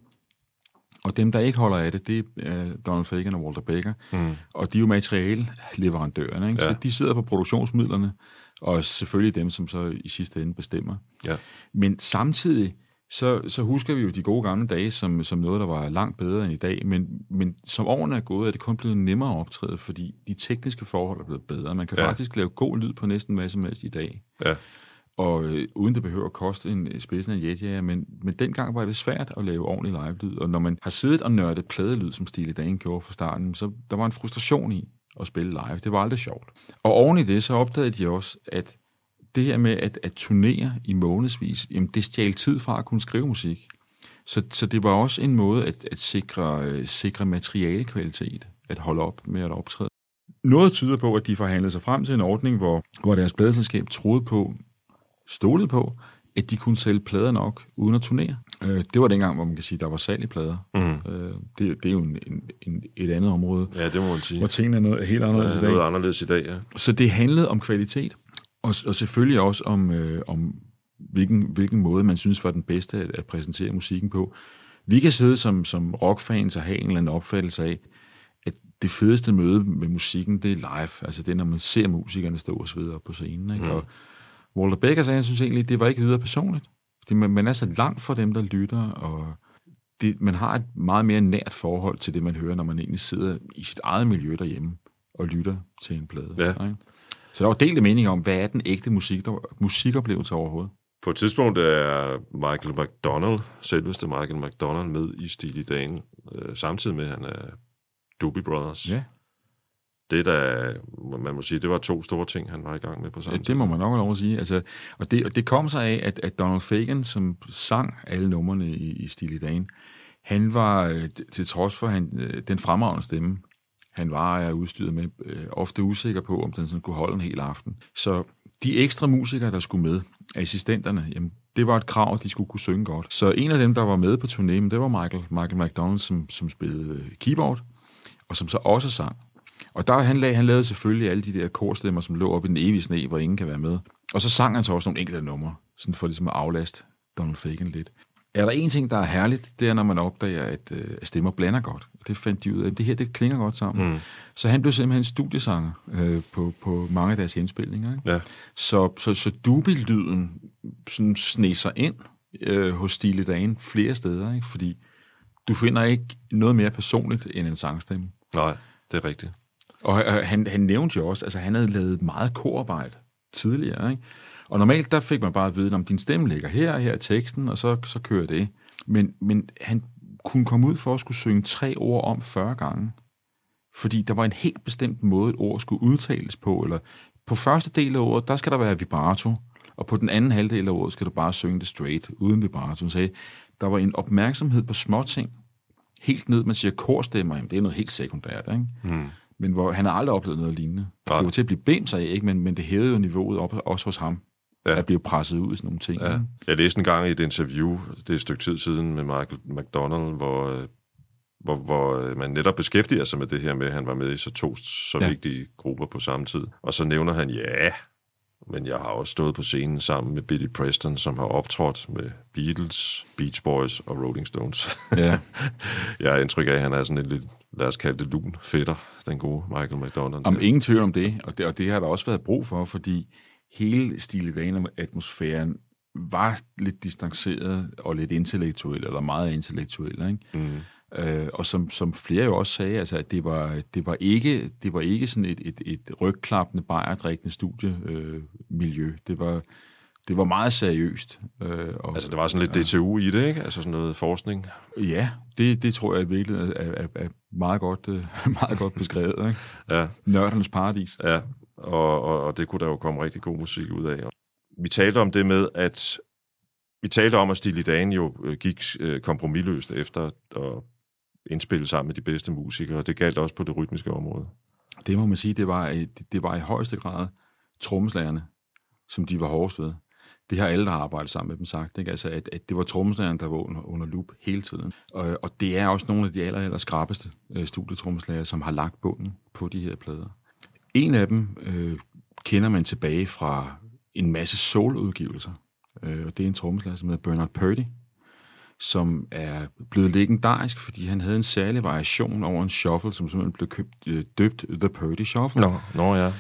Og dem, der ikke holder af det, det er Donald Fagen og Walter Baker. Og de er jo materialeleverandørerne, ikke? Ja. Så de sidder på produktionsmidlerne, og selvfølgelig dem, som så i sidste ende bestemmer. Ja. Men samtidig, så husker vi jo de gode gamle dage som noget, der var langt bedre end i dag. Men som årene er gået, er det kun blevet nemmere at optræde, fordi de tekniske forhold er blevet bedre. Man kan faktisk lave god lyd på næsten hvad som helst i dag. Ja. Og uden det behøver at koste en spidsen af en jetjager, men dengang var det svært at lave ordentlig live-lyd. Og når man har siddet og nørdet pladelyd, som Steely Dan gjorde fra starten, så der var en frustration i at spille live. Det var aldrig sjovt. Og oven i det, så opdagede de også, at det her med at turnere i månedsvis, jamen det stjal tid fra at kunne skrive musik. Så det var også en måde at sikre materialekvalitet, at holde op med at optræde. Noget tyder på, at de forhandlede sig frem til en ordning, hvor deres pladeselskab stolede på, at de kunne sælge plader nok uden at turnere. Det var dengang, hvor man kan sige, der var salg i plader. Det er jo et andet område. Ja, det må man sige. Hvor tingene er noget helt anderledes i dag. Noget anderledes i dag, ja. Så det handlede om kvalitet, og selvfølgelig også om hvilken måde man synes var den bedste at præsentere musikken på. Vi kan sidde som rockfans og have en eller anden opfattelse af, at det fedeste møde med musikken, det er live. Altså det er, når man ser musikerne stå og så videre på scenen. Ikke? Og Walter Becker sagde, jeg synes egentlig, det var ikke videre personligt. Fordi man er så langt fra dem, der lytter, og man har et meget mere nært forhold til det, man hører, når man egentlig sidder i sit eget miljø derhjemme og lytter til en plade. Ja. Ikke? Så der var delte meninger om, hvad er den ægte musikoplevelse overhovedet. På et tidspunkt er Michael McDonald, selveste Michael McDonald, med i Steely Dan, samtidig med, at han er Doobie Brothers. Ja. Det der, man må sige, det var 2 store ting, han var i gang med på samme tid. Det må man nok lov at sige. Altså, og det kom sig af, at Donald Fagen, som sang alle numrene i Steely Dan, han var, til trods for den fremragende stemme, han var udstyret med, ofte usikker på, om den sådan kunne holde en hel aften. Så de ekstra musikere, der skulle med, assistenterne, jamen, Det var et krav, at de skulle kunne synge godt. Så en af dem, der var med på turnéen, det var Michael McDonald, som spillede keyboard, og som så også sang. Og der han lavede selvfølgelig alle de der korstemmer, som lå oppe i den evige sne, hvor ingen kan være med. Og så sang han så også nogle enkelte numre, sådan for ligesom at aflaste Donald Fagen lidt. Er der en ting, der er herligt, det er, når man opdager, at stemmer blander godt. Det fandt de ud af. Det her, det klinger godt sammen. Så han blev simpelthen studiesanger på mange af deres indspilninger. Ikke? Ja. Så dubbellyden sådan sne sig ind hos Steely Dan flere steder, ikke? Fordi du finder ikke noget mere personligt end en sangstemme. Nej, det er rigtigt. Og han nævnte jo også, altså han havde lavet meget korarbejde tidligere, ikke? Og normalt, der fik man bare at vide, om din stemme ligger her er teksten, og så kører det. Men han kunne komme ud for at skulle synge 3 ord om 40 gange. Fordi der var en helt bestemt måde, et ord skulle udtales på. Eller på første del af ordet, der skal der være vibrato, og på den anden halvdel af ordet skal du bare synge det straight, uden vibrato. Han sagde, der var en opmærksomhed på småting. Helt ned, man siger korstemmer, jamen, det er noget helt sekundært, ikke? Men hvor han har aldrig oplevet noget lignende. Nej. Det var til at blive bæmt sig af, ikke? Men det hævede jo niveauet op, også hos ham. Ja. At blive presset ud i sådan nogle ting. Ja. Jeg læste en gang i et interview, det er et stykke tid siden, med Michael McDonald, hvor man netop beskæftiger sig med det her med, at han var med i så vigtige grupper på samme tid. Og så nævner han, men jeg har også stået på scenen sammen med Billy Preston, som har optrådt med Beatles, Beach Boys og Rolling Stones. Ja. Jeg har indtryk af, at han er sådan en lidt, lad os kalde det lun fætter, den gode Michael McDonald. Om ingen tvivl om det, og det har der også været brug for, fordi hele Steely Dan-atmosfæren var lidt distanceret og lidt intellektuel, eller meget intellektuel, ikke? Og som flere jo også sagde, altså, at det var ikke sådan et rygklappende, bajerdrikkende studiemiljø. Det var meget seriøst. Altså, det var sådan lidt DTU i det, ikke? Altså sådan noget forskning. Ja, det tror jeg virkelig er meget godt beskrevet, ikke? Ja. Nørdernes paradis. Ja, og det kunne der jo komme rigtig god musik ud af. Vi talte om det med, at Steely Dan jo gik kompromisløst efter at indspille sammen med de bedste musikere, og det galt også på det rytmiske område. Det må man sige, det var i højeste grad trommeslagerne, som de var hårdest ved. Det har alle, der har arbejdet sammen med dem, sagt. Ikke? Altså, at det var trommeslagerne, der var under loop hele tiden. Og det er også nogle af de aller skrappeste studietrommeslager, som har lagt bunden på de her plader. En af dem kender man tilbage fra en masse soul-udgivelser. Og det er en trommeslager, som hedder Bernard Purdie, som er blevet legendarisk, fordi han havde en særlig variation over en shuffle, som simpelthen blev døbt The Purdie Shuffle. Ja.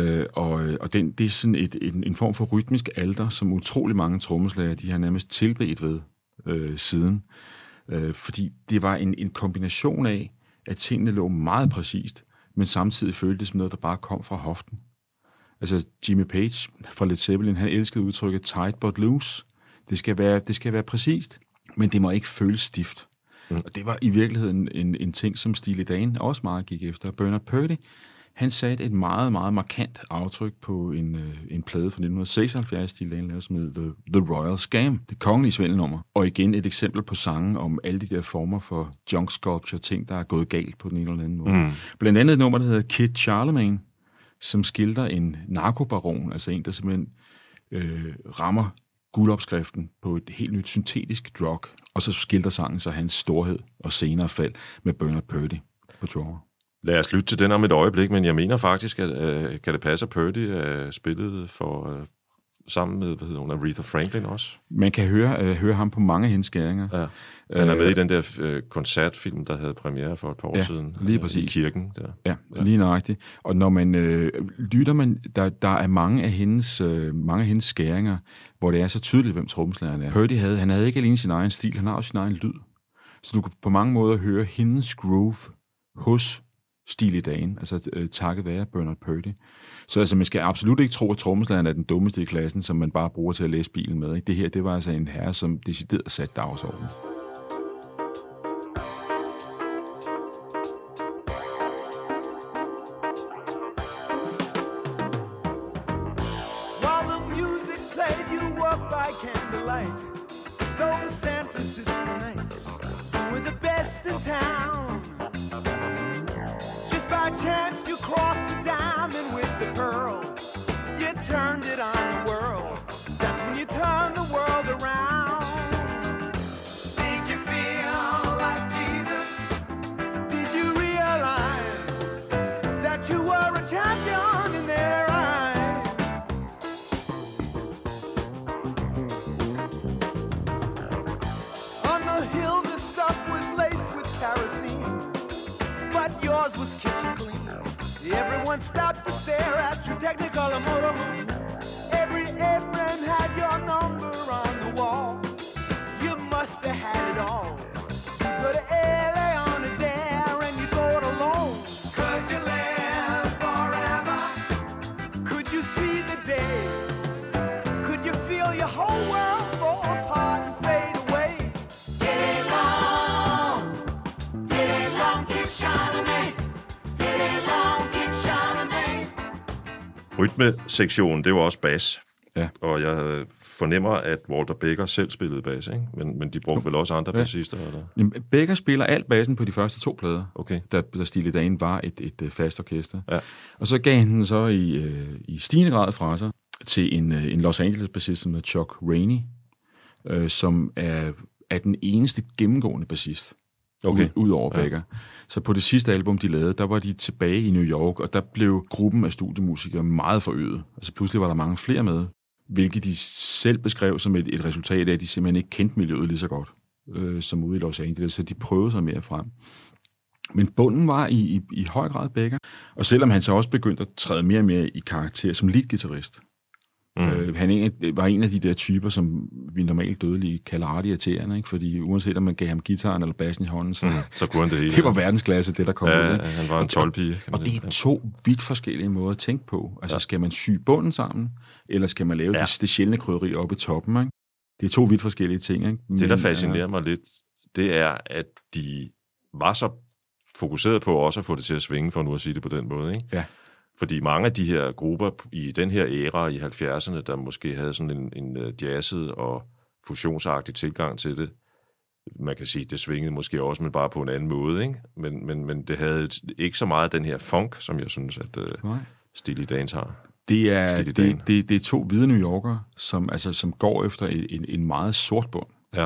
Og det er sådan en form for rytmisk alter, som utrolig mange trommeslager, de har nærmest tilbedt ved siden. Fordi det var en kombination af, at tingene lå meget præcist, men samtidig føltes som noget, der bare kom fra hoften. Altså Jimmy Page fra Led Zeppelin, han elskede udtrykket tight but loose. Det skal være præcist, men det må ikke føles stift. Og det var i virkeligheden en ting, som Steely Dan også meget gik efter. Bernard Purdie, han satte et meget, meget markant aftryk på en plade fra 1976, Steely Dan lavede, som hedder The Royal Scam, det kongelige svindelnummer. Og igen et eksempel på sangen om alle de der former for junk sculpture, ting, der er gået galt på den ene eller anden måde. Blandt andet et nummer, der hedder Kid Charlemagne, som skildrer en narkobaron, altså en, der simpelthen rammer guldopskriften på et helt nyt syntetisk drug, og så skildrer sangen så hans storhed og senere fald med Bernard Purdie på trommer. Lad os lytte til den om et øjeblik, men jeg mener faktisk, at kan det passe, at Purdie spillede for sammen med, Aretha Franklin også? Man kan høre ham på mange henskæringer. Ja. Han er med i den der koncertfilm, der havde premiere for et par år siden. Lige præcis. I kirken. Der. Ja, lige nøjagtigt. Og når man lytter, der er mange af hendes skæringer, hvor det er så tydeligt, hvem trommeslageren er. Purdie havde ikke alene sin egen stil, han har også sin egen lyd. Så du kan på mange måder høre hendes groove hos Steely Dan, altså takket være Bernard Purdie. Så altså, man skal absolut ikke tro, at trommeslageren er den dummeste i klassen, som man bare bruger til at læse bilen med. Ikke? Det her, det var altså en herre, som decideret satte dagsordenen. While the music played, you walked by candlelight. Those San Francisco nights were the best in town. Just by chance, you crossed the diamond with the pearl. You turned it on the world. That's when you turned the world around. yours was kitchen clean. Everyone stopped to stare at your Technicolor motorhome. Every friend had your number on the wall. You must have had it all. You go to LA on a dare and you go it alone. Could you live forever? Could you see the day? Could you feel your whole world fall apart and fade away? Get along, keep shining me. Get along, keep shining me. Rytmesektionen, det var også bas. Ja. Og jeg fornemmer, at Walter Becker selv spillede bas, ikke? Men de brugte vel også andre bassister, eller? Jamen, Becker spiller alt bassen på de første 2 plader, Okay. da Steely Dan var et fast orkester. Ja. Og så gav han den så i stigende grad fra sig til en Los Angeles-bassist, som hedder Chuck Rainey, som er den eneste gennemgående bassist. Okay. Ud over Becker. Så på det sidste album, de lavede, der var de tilbage i New York, og der blev gruppen af studiemusikere meget forøget. Altså pludselig var der mange flere med, hvilket de selv beskrev som et resultat af, at de simpelthen ikke kendte miljøet lige så godt som ude i Los Angeles, så de prøvede sig mere frem. Men bunden var i høj grad Becker, og selvom han så også begyndte at træde mere og mere i karakter som leadguitarist. Han var en af de der typer, som vi normalt dødelige kalder ret irriterende, ikke? Fordi uanset om man gav ham gitaren eller bassen i hånden, Så kunne han det hele. det var verdensklasse, det der kom ud. Ikke? Han var en 12-pige. Og det er 2 vidt forskellige måder at tænke på. Altså, skal man sy bunden sammen, eller skal man lave det sjældne krydderi oppe i toppen, ikke? Det er 2 vidt forskellige ting, ikke? Det, der fascinerer mig lidt, det er, at de var så fokuseret på også at få det til at svinge, for nu at sige det på den måde, ikke? Ja. Fordi mange af de her grupper i den her æra i 70'erne, der måske havde sådan en jazzet og fusionsagtig tilgang til det, man kan sige, det svingede måske også, men bare på en anden måde, ikke? Men det havde ikke så meget den her funk, som jeg synes, at Steely Dan har. Det er 2 hvide New Yorkere, som går efter en meget sort bund. Ja.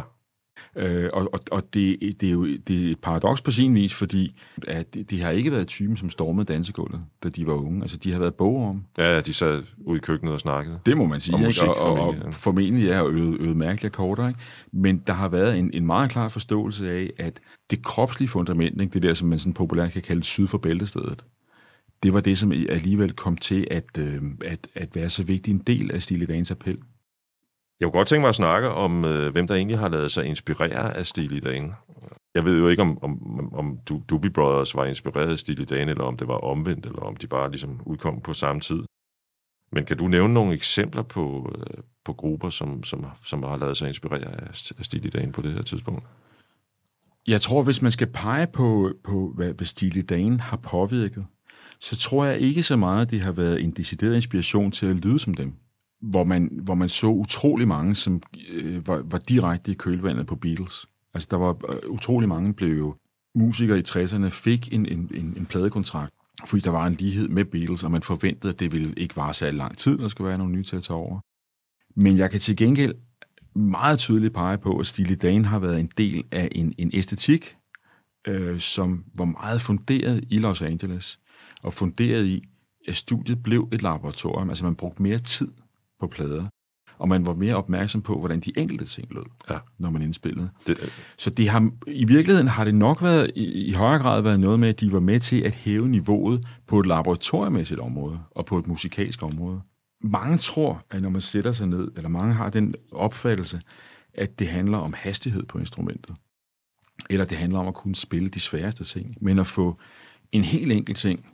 Og det er jo et paradoks på sin vis, fordi at de har ikke været typen, som stormede dansegulvet, da de var unge. Altså, de har været bogorm. Ja, de sad ude i køkkenet og snakkede. Det må man sige, og ikke? Musik, Og formentlig har øvet mærkelige akkorder, ikke? Men der har været en meget klar forståelse af, at det kropslige fundament, ikke? Det der, som man sådan populært kan kalde syd for bæltestedet, det var det, som alligevel kom til at være så vigtig en del af Steely Dans appel. Jeg kunne godt tænke mig at snakke om, hvem der egentlig har ladet sig inspirere af Steely Dan. Jeg ved jo ikke, om Doobie Brothers var inspireret af Steely Dan, eller om det var omvendt, eller om de bare ligesom udkom på samme tid. Men kan du nævne nogle eksempler på grupper, som har ladet sig inspirere af Steely Dan på det her tidspunkt? Jeg tror, hvis man skal pege på hvad Steely Dan har påvirket, så tror jeg ikke så meget, at det har været en decideret inspiration til at lyde som dem. Hvor man så utrolig mange, som var direkte i kølvandet på Beatles. Altså, der var utrolig mange, blev jo musikere i 60'erne, fik en pladekontrakt, fordi der var en lighed med Beatles, og man forventede, at det ville ikke vare så lang tid, der skulle være nogle nye til at tage over. Men jeg kan til gengæld meget tydeligt pege på, at Steely Dan har været en del af en æstetik, som var meget funderet i Los Angeles, og funderet i, at studiet blev et laboratorium. Altså, man brugte mere tid på plader, og man var mere opmærksom på, hvordan de enkelte ting lød, når man indspillede. Så i virkeligheden har det nok været i højere grad været noget med, at de var med til at hæve niveauet på et laboratoriemæssigt område, og på et musikalsk område. Mange tror, at når man sætter sig ned, eller mange har den opfattelse, at det handler om hastighed på instrumentet, eller det handler om at kunne spille de sværeste ting, men at få en helt enkelt ting,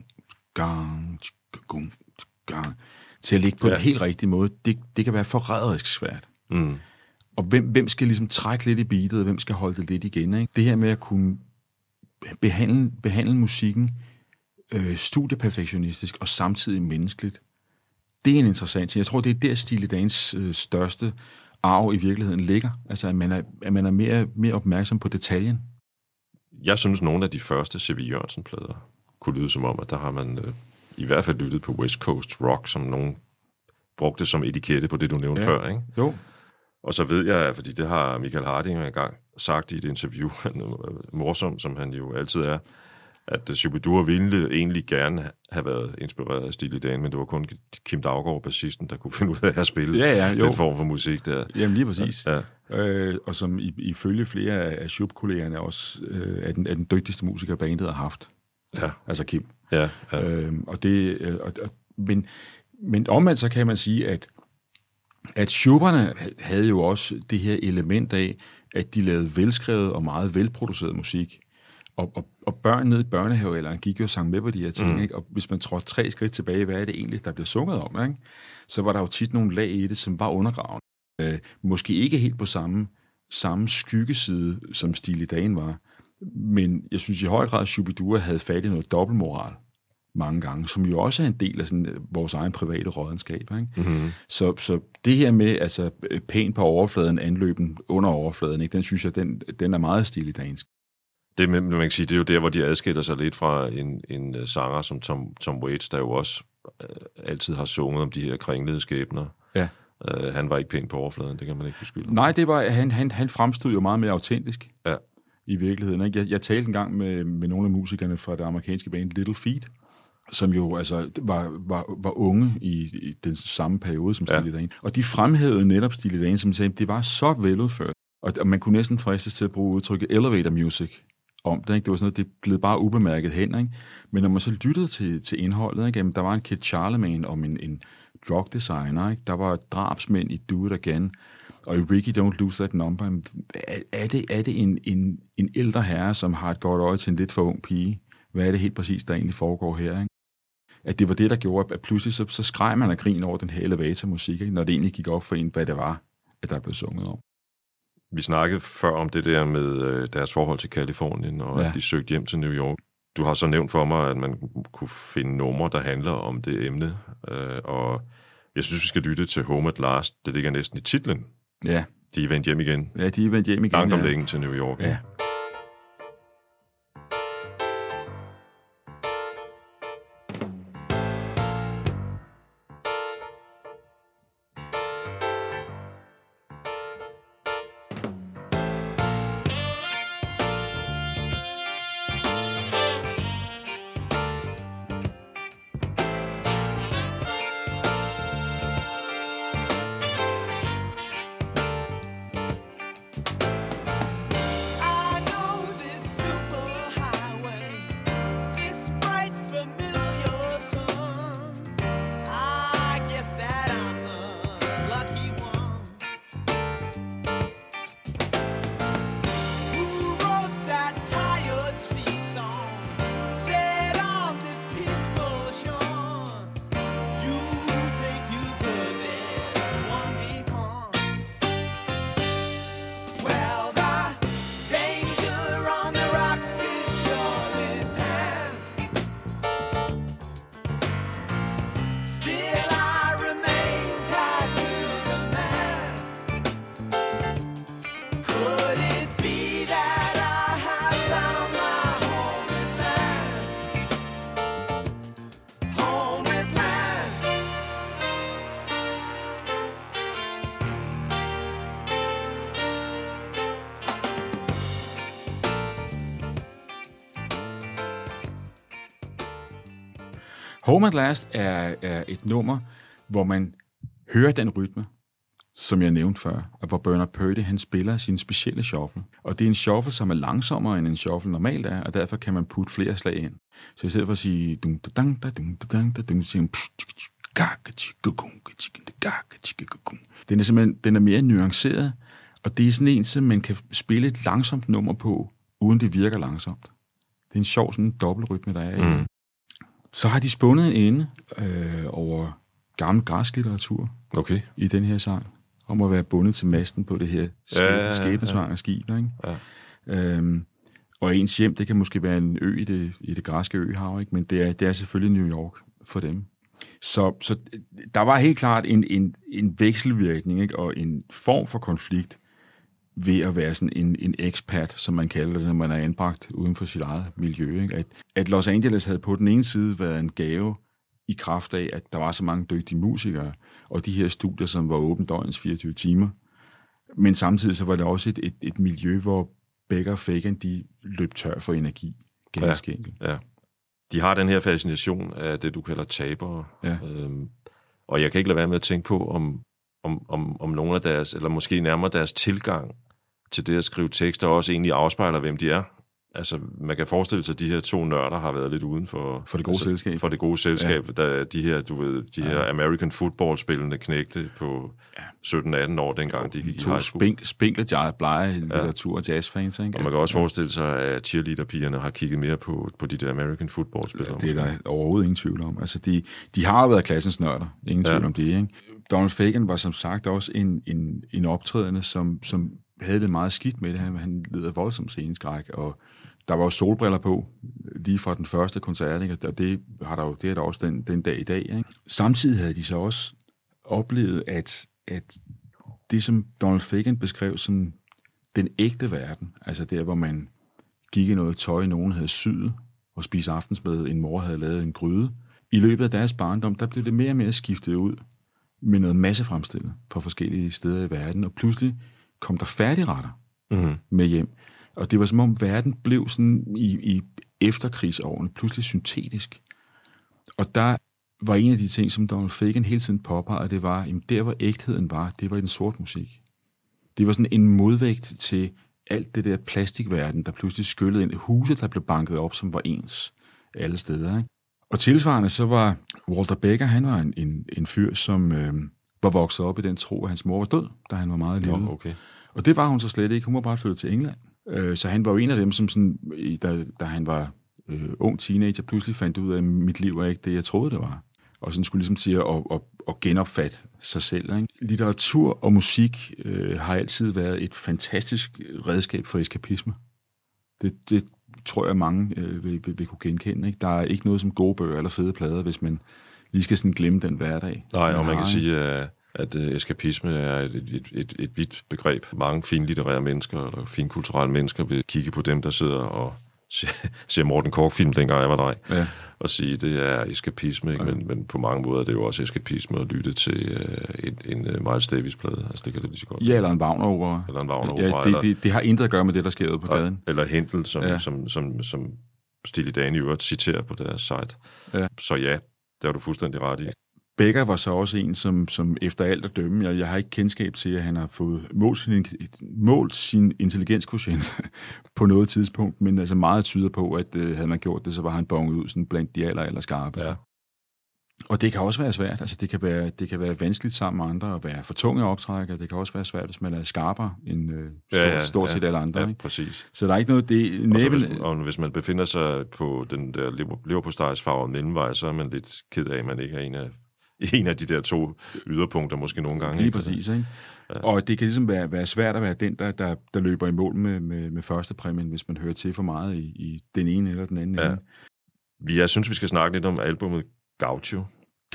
til at ligge på en helt rigtig måde, det kan være forræderisk svært. Mm. Og hvem skal ligesom trække lidt i beatet, og hvem skal holde det lidt igen, ikke? Det her med at kunne behandle musikken studieperfektionistisk og samtidig menneskeligt, det er en interessant ting. Jeg tror, det er der Steely Dans største arv i virkeligheden ligger. Altså, at man er mere opmærksom på detaljen. Jeg synes, nogle af de første C.V. Jørgensen-plader kunne lyde som om, at der har man i hvert fald lyttet på West Coast Rock, som nogen brugte som etikette på det, du nævnte før, ikke? Jo. Og så ved jeg, fordi det har Michael Hardinger engang sagt i et interview, morsom, som han jo altid er, at Shubidua ville egentlig gerne have været inspireret af Steely Dan, men det var kun Kim Daugaard, bassisten, der kunne finde ud af at spille den form for musik der. Jamen lige præcis. Ja. Og som ifølge flere af Shub-kollegerne også er den dygtigste musiker, bandet har haft. Ja. Altså Kim. Ja. Men omvendt så kan man sige, at Schuberne havde jo også det her element af, at de lavede velskrevet og meget velproduceret musik. Og børn nede i børnehavealderen gik jo og sang med på de her ting, ikke? Og hvis man trådte 3 skridt tilbage, hvad er det egentlig, der bliver sunget om, ikke? Så var der jo tit nogle lag i det, som var undergravende. Måske ikke helt på samme skyggeside, som Steely Dan var, men jeg synes i høj grad, at Shubidua havde fat i noget dobbeltmoral mange gange, som jo også er en del af sådan vores egen private rådenskab, ikke? Mm-hmm. Så det her med altså pænt på overfladen, anløben under overfladen, ikke? Den synes jeg, den er meget stilidansk. Det man kan sige, det er jo der, hvor de adskiller sig lidt fra en sanger som Tom Waits, der jo også altid har sunget om de her kringlede skæbner. Ja. Han var ikke pænt på overfladen, det kan man ikke beskylde. Nej, det var han fremstod jo meget mere autentisk. Ja. I virkeligheden, ikke? Jeg talte engang med nogle af musikerne fra det amerikanske band Little Feat, som jo altså var unge i den samme periode som Steely Dan. Og de fremhævede netop Steely Dan, som sagde, det var så veludført. Og man kunne næsten fristes til at bruge udtrykket elevator music om det, ikke? Det var sådan noget, det gled bare ubemærket hen, ikke? Men når man så lyttede til indholdet, ikke? Jamen, der var en Kid Charlemagne om en drug designer, ikke? Der var drabsmænd i Do It Again, og i Ricky Don't Lose That Number. Er det en ældre herre, som har et godt øje til en lidt for ung pige? Hvad er det helt præcis, der egentlig foregår her, ikke? At det var det, der gjorde, at pludselig så skreg man af grin over den her elevatormusik, ikke? Når det egentlig gik op for en, hvad det var, at der blev sunget om. Vi snakkede før om det der med deres forhold til Kalifornien, og at de søgte hjem til New York. Du har så nævnt for mig, at man kunne finde numre, der handler om det emne, og jeg synes, vi skal lytte til Home at Last. Det ligger næsten i titlen. Ja. De er vendt hjem igen. Ja, de er vendt hjem igen. Langt om længe til New York. Ja. Home at Last er et nummer, hvor man hører den rytme, som jeg nævnte før, og hvor Bernard Purdie, han spiller sin specielle shuffle. Og det er en shuffle, som er langsommere, end en shuffle normalt er, og derfor kan man putte flere slag ind. Så i stedet for at sige den er mere nuanceret, og det er sådan en, som man kan spille et langsomt nummer på, uden det virker langsomt. Det er en sjov sådan dobbeltrytme, der er i. Så har de spundet en ende over gammel græsk litteratur i den her sang, om at være bundet til masten på det her skæbnesvangre skib. Ikke? Ja. Og ens hjem, det kan måske være en ø i det græske øhav, ikke? Men det er selvfølgelig New York for dem. Så der var helt klart en vekselvirkning, ikke? Og en form for konflikt ved at være sådan en expat, som man kalder det, når man er anbragt uden for sit eget miljø. Ikke? At Los Angeles havde på den ene side været en gave i kraft af, at der var så mange dygtige musikere, og de her studier, som var åbent døgnets 24 timer. Men ganske så var det også et miljø, hvor Becker og Fagan, de løb tør for energi. Ganske enkelt. Ja. De har den her fascination af det, du kalder tabere. Ja. Og jeg kan ikke lade være med at tænke på, om nogle af deres, eller måske nærmere deres tilgang til det at skrive tekster, også egentlig afspejler, hvem de er. Altså, man kan forestille sig, at de her to nørder har været lidt uden for det gode selskab. For det gode selskab, da de her, du ved, her American football-spillende knægte på 17-18 år, dengang de gik i high school. Spinkle, blege litteratur- og jazzfans, ikke? Og man kan også forestille sig, at cheerleader-pigerne har kigget mere på de der American football-spillere. Det er der overhovedet ingen tvivl om. Altså, de har jo været klassens nørder. Ingen tvivl om det, ikke? Donald Fagen var som sagt også en optrædende, som havde det meget skidt med det. Han led af voldsom sceneskræk, og der var jo solbriller på, lige fra den første koncert, ikke? Og det er der også den dag i dag. Ikke? Samtidig havde de så også oplevet, at det, som Donald Fagen beskrev som den ægte verden, altså der, hvor man gik i noget tøj, nogen havde syet, og spiste aftensmad, en mor havde lavet en gryde. I løbet af deres barndom, der blev det mere og mere skiftet ud med noget massefremstillet fra forskellige steder i verden, og pludselig kom der færdigretter med hjem. Og det var som om verden blev sådan i efterkrigsårene pludselig syntetisk. Og der var en af de ting, som Donald Fagen hele tiden påpegede, det var, jamen der hvor ægtheden var, det var i den sorte musik. Det var sådan en modvægt til alt det der plastikverden, der pludselig skyllede ind. Huset, der blev banket op, som var ens alle steder. Ikke? Og tilsvarende så var Walter Becker, han var en fyr, som var vokset op i den tro, at hans mor var død, da han var meget lille. Okay. Og det var hun så slet ikke. Hun var bare flyttet til England. Så han var jo en af dem, som sådan, da han var ung teenager, pludselig fandt ud af, at mit liv er ikke det, jeg troede, det var. Og sådan skulle ligesom sige at genopfatte sig selv. Ikke? Litteratur og musik har altid været et fantastisk redskab for eskapisme. Det tror jeg, mange vil kunne genkende. Ikke? Der er ikke noget som gode bøger eller fede plader, hvis man lige skal sådan glemme den hverdag. Nej, og man kan sige, at eskapisme er et vidt begreb. Mange finlitterære mennesker eller finkulturelle mennesker vil kigge på dem, der sidder og ser Morten Korch-film, dengang jeg var dreng, og sige, det er eskapisme, ikke? Men på mange måder er det jo også eskapisme at lytte til en Miles Davis-plade. Altså, det kan det lige så godt. Ja, eller en Wagner-opera. Eller en Wagner-opera. Ja, det har intet at gøre med det, der sker ude på gaden. Eller Händel, som Steely Dan i øvrigt citerer på deres site. Ja. Så ja, det har du fuldstændig ret i. Becker var så også en, som efter alt at dømme, jeg har ikke kendskab til, at han har fået målt sin intelligenskvotient på noget tidspunkt, men altså meget tyder på, at havde man gjort det, så var han bonget ud sådan blandt de aller skarpeste. Ja. Og det kan også være svært. Altså, det kan være vanskeligt sammen med andre at være for tunge optrækker. Det kan også være svært, hvis man er skarpere end stort set alle andre. Ja, ikke? Præcis. Så der er ikke noget... Hvis man befinder sig på den der leverpostejsfarvede mellemvej, så er man lidt ked af, at man ikke er en af de der to yderpunkter, måske nogle gange. Lige præcis, ikke? Ja. Og det kan ligesom være svært at være den, der løber i mål med første præmien, hvis man hører til for meget i den ene eller den anden. Ja. Jeg synes, vi skal snakke lidt om albumet Gaucho.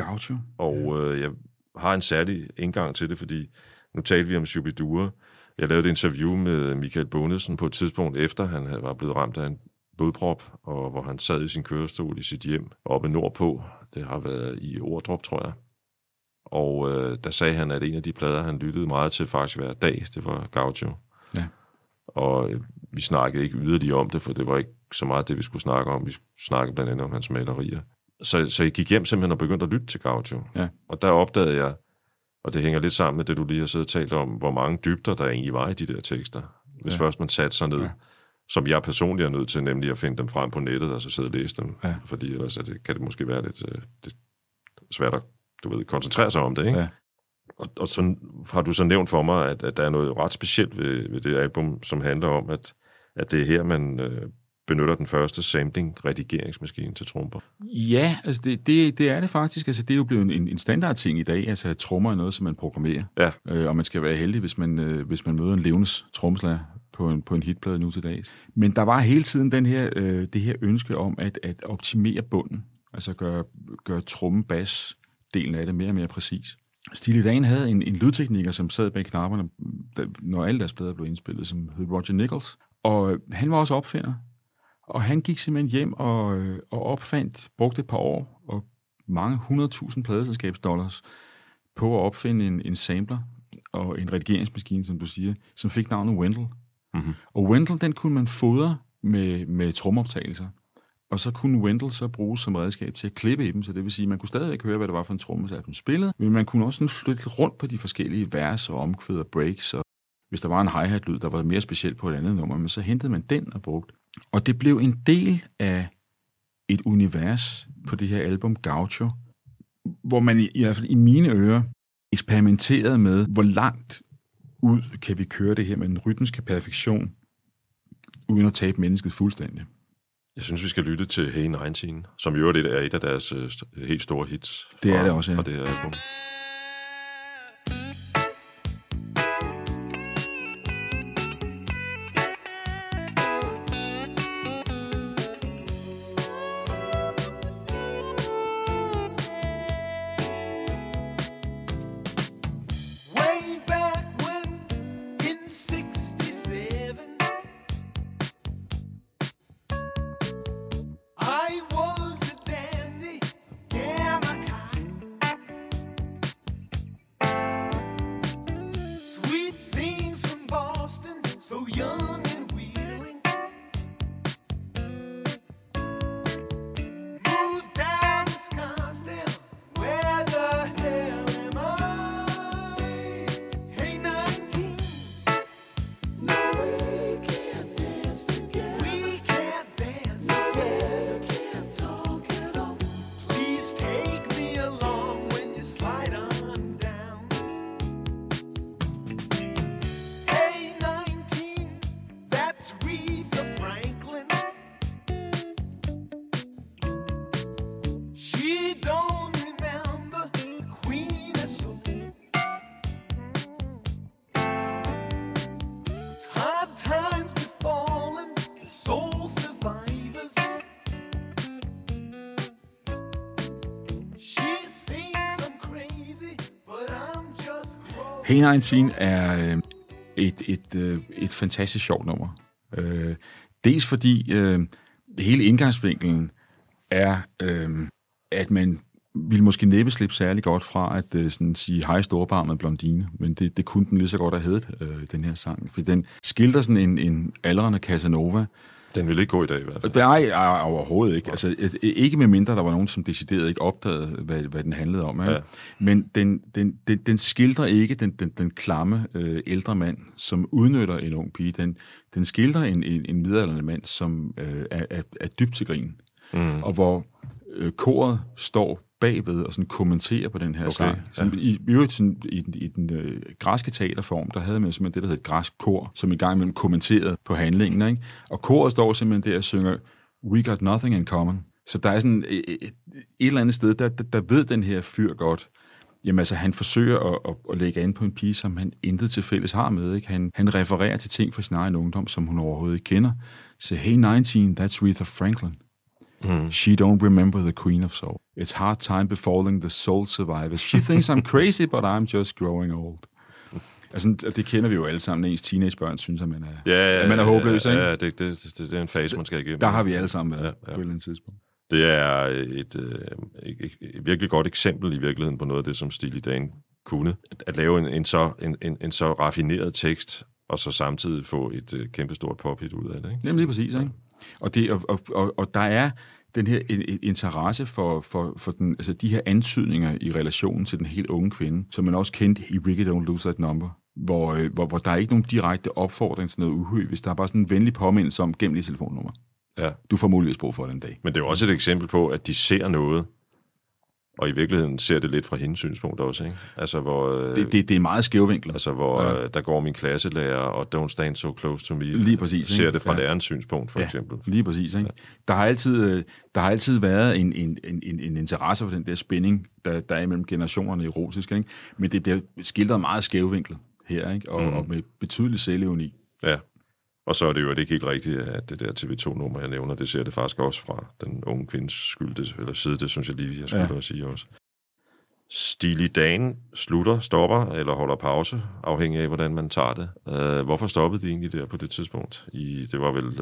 Og jeg har en særlig indgang til det, fordi nu talte vi om Shubidua. Jeg lavede et interview med Michael Bundesen på et tidspunkt, efter han var blevet ramt af en blodprop, og hvor han sad i sin kørestol i sit hjem oppe nordpå. Det har været i Ordrup, tror jeg. Og der sagde han, at en af de plader, han lyttede meget til faktisk hver dag, det var Gaucho. Ja. Og vi snakkede ikke yderligere om det, for det var ikke så meget det, vi skulle snakke om. Vi snakkede blandt andet om hans malerier. Så jeg gik hjem simpelthen og begyndte at lytte til Gaucho. Ja. Og der opdagede jeg, og det hænger lidt sammen med det, du lige har siddet og talt om, hvor mange dybder der egentlig var i de der tekster. Hvis først man satte sig ned, som jeg personligt er nødt til, nemlig at finde dem frem på nettet, og så sidde og læse dem. Ja. Fordi ellers kan det måske være lidt svært at koncentrere sig om det, ikke? Ja. Og så har du så nævnt for mig, at der er noget ret specielt ved det album, som handler om, at det er her, man benytter den første sampling-redigeringsmaskine til tromper. Ja, altså det er det faktisk. Altså det er jo blevet en standardting i dag, altså at trommer er noget, som man programmerer. Ja. Og man skal være heldig, hvis man møder en levende trommeslager på en hitplade nu til dags. Men der var hele tiden det her ønske om at optimere bunden, altså gøre tromme-bas-delen af det mere og mere præcis. Steely Dan havde en lydtekniker, som sad bag knapperne, når alle deres plader blev indspillet, som hed Roger Nichols. Og han var også opfinder. Og han gik simpelthen hjem og brugte et par år og mange 100.000 pladeselskabsdollars på at opfinde en sampler og en redigeringsmaskine, som du siger, som fik navnet Wendell. Mm-hmm. Og Wendell, den kunne man fodre med trommeoptagelser. Og så kunne Wendell så bruges som redskab til at klippe i dem, så det vil sige, at man kunne stadigvæk høre, hvad det var for en trommesat, hun spillede, men man kunne også flytte rundt på de forskellige vers og omkvæd og breaks, og hvis der var en hi-hat-lyd, der var mere specielt på et andet nummer, men så hentede man den og brugte. Og det blev en del af et univers på det her album Gaucho, hvor man i hvert fald i mine ører eksperimenterede med, hvor langt ud kan vi køre det her med en rytmiske perfektion, uden at tabe mennesket fuldstændig. Jeg synes, vi skal lytte til Hey 19, som i øvrigt er et af deres helt store hits det er det også, ja. Fra det her album. Hey 19 er et fantastisk sjovt nummer. Dels fordi hele indgangsvinkelen er, at man ville måske næppe slippe særlig godt fra at sådan sige hej storbarmet blondine, men det kunne den lige så godt have heddet, den her sang. For den skildrer sådan en aldrende Casanova. Den vil ikke gå i dag i hvert fald. Nej, overhovedet ikke. Altså, ikke med mindre, der var nogen, som decideret ikke opdagede, hvad den handlede om. Ja. Men den skildrer ikke den klamme ældre mand, som udnytter en ung pige. Den skildrer en midaldrende mand, som er dybt til grin. Mm. Og hvor koret står bagved og sådan kommenterer på den her sang. Ja. I den græske teaterform, der havde man simpelthen det, der hed et græsk kor, som i gang imellem kommenterede på handlingen. Ikke? Og koret står simpelthen der og synger We got nothing in common. Så der er sådan et eller andet sted, der ved den her fyr godt, jamen altså han forsøger at lægge an på en pige, som han intet til fælles har med. Ikke? Han refererer til ting fra sin egen ungdom, som hun overhovedet ikke kender. Så hey 19, that's Aretha Franklin. She don't remember the Queen of Soul. It's hard time befalling the soul survivors. She thinks I'm crazy, but I'm just growing old. Altså, det kender vi jo alle sammen. Ens teenagebørn synes, at man er håbløs. Ikke? Ja, det er en fase, man skal igennem. Der har vi alle sammen været på et eller andet tidspunkt. Det er et virkelig godt eksempel i virkeligheden på noget af det, som Steely Dan kunne. At lave en så raffineret tekst, og så samtidig få et kæmpestort pophit ud af det. Ikke? Jamen lige præcis, ikke? Og der er den her interesse for den, altså de her antydninger i relationen til den helt unge kvinde, som man også kendte i Ricky Don't Lose That Number, hvor der er ikke nogen direkte opfordring til noget uhøj, hvis der er bare sådan en venlig påmindelse om gennem dit telefonnummer. Ja. Du får muligvis brug for den dag. Men det er jo også et eksempel på, at de ser noget, og i virkeligheden ser det lidt fra hendes synspunkt også, ikke? Altså, hvor... Det er meget skævvinklet. Altså, hvor der går min klasselærer, og Don't Stand So Close To Me. Lige præcis. Ser det fra lærerens synspunkt, for eksempel. Lige præcis, ikke? Ja. Der har altid været en interesse for den der spænding, der er imellem generationerne erotisk, ikke? Men det bliver skildret meget skævvinklet her, ikke? Og med betydelig selvironi. Ja. Og så er det jo ikke helt rigtigt, at det der TV2-nummer, jeg nævner, det ser det faktisk også fra den unge kvindes skyld, eller side, det synes jeg lige, jeg skulle sige også. Steely Dan stopper, eller holder pause, afhængig af, hvordan man tager det. Hvorfor stoppede de egentlig der på det tidspunkt? Det var vel...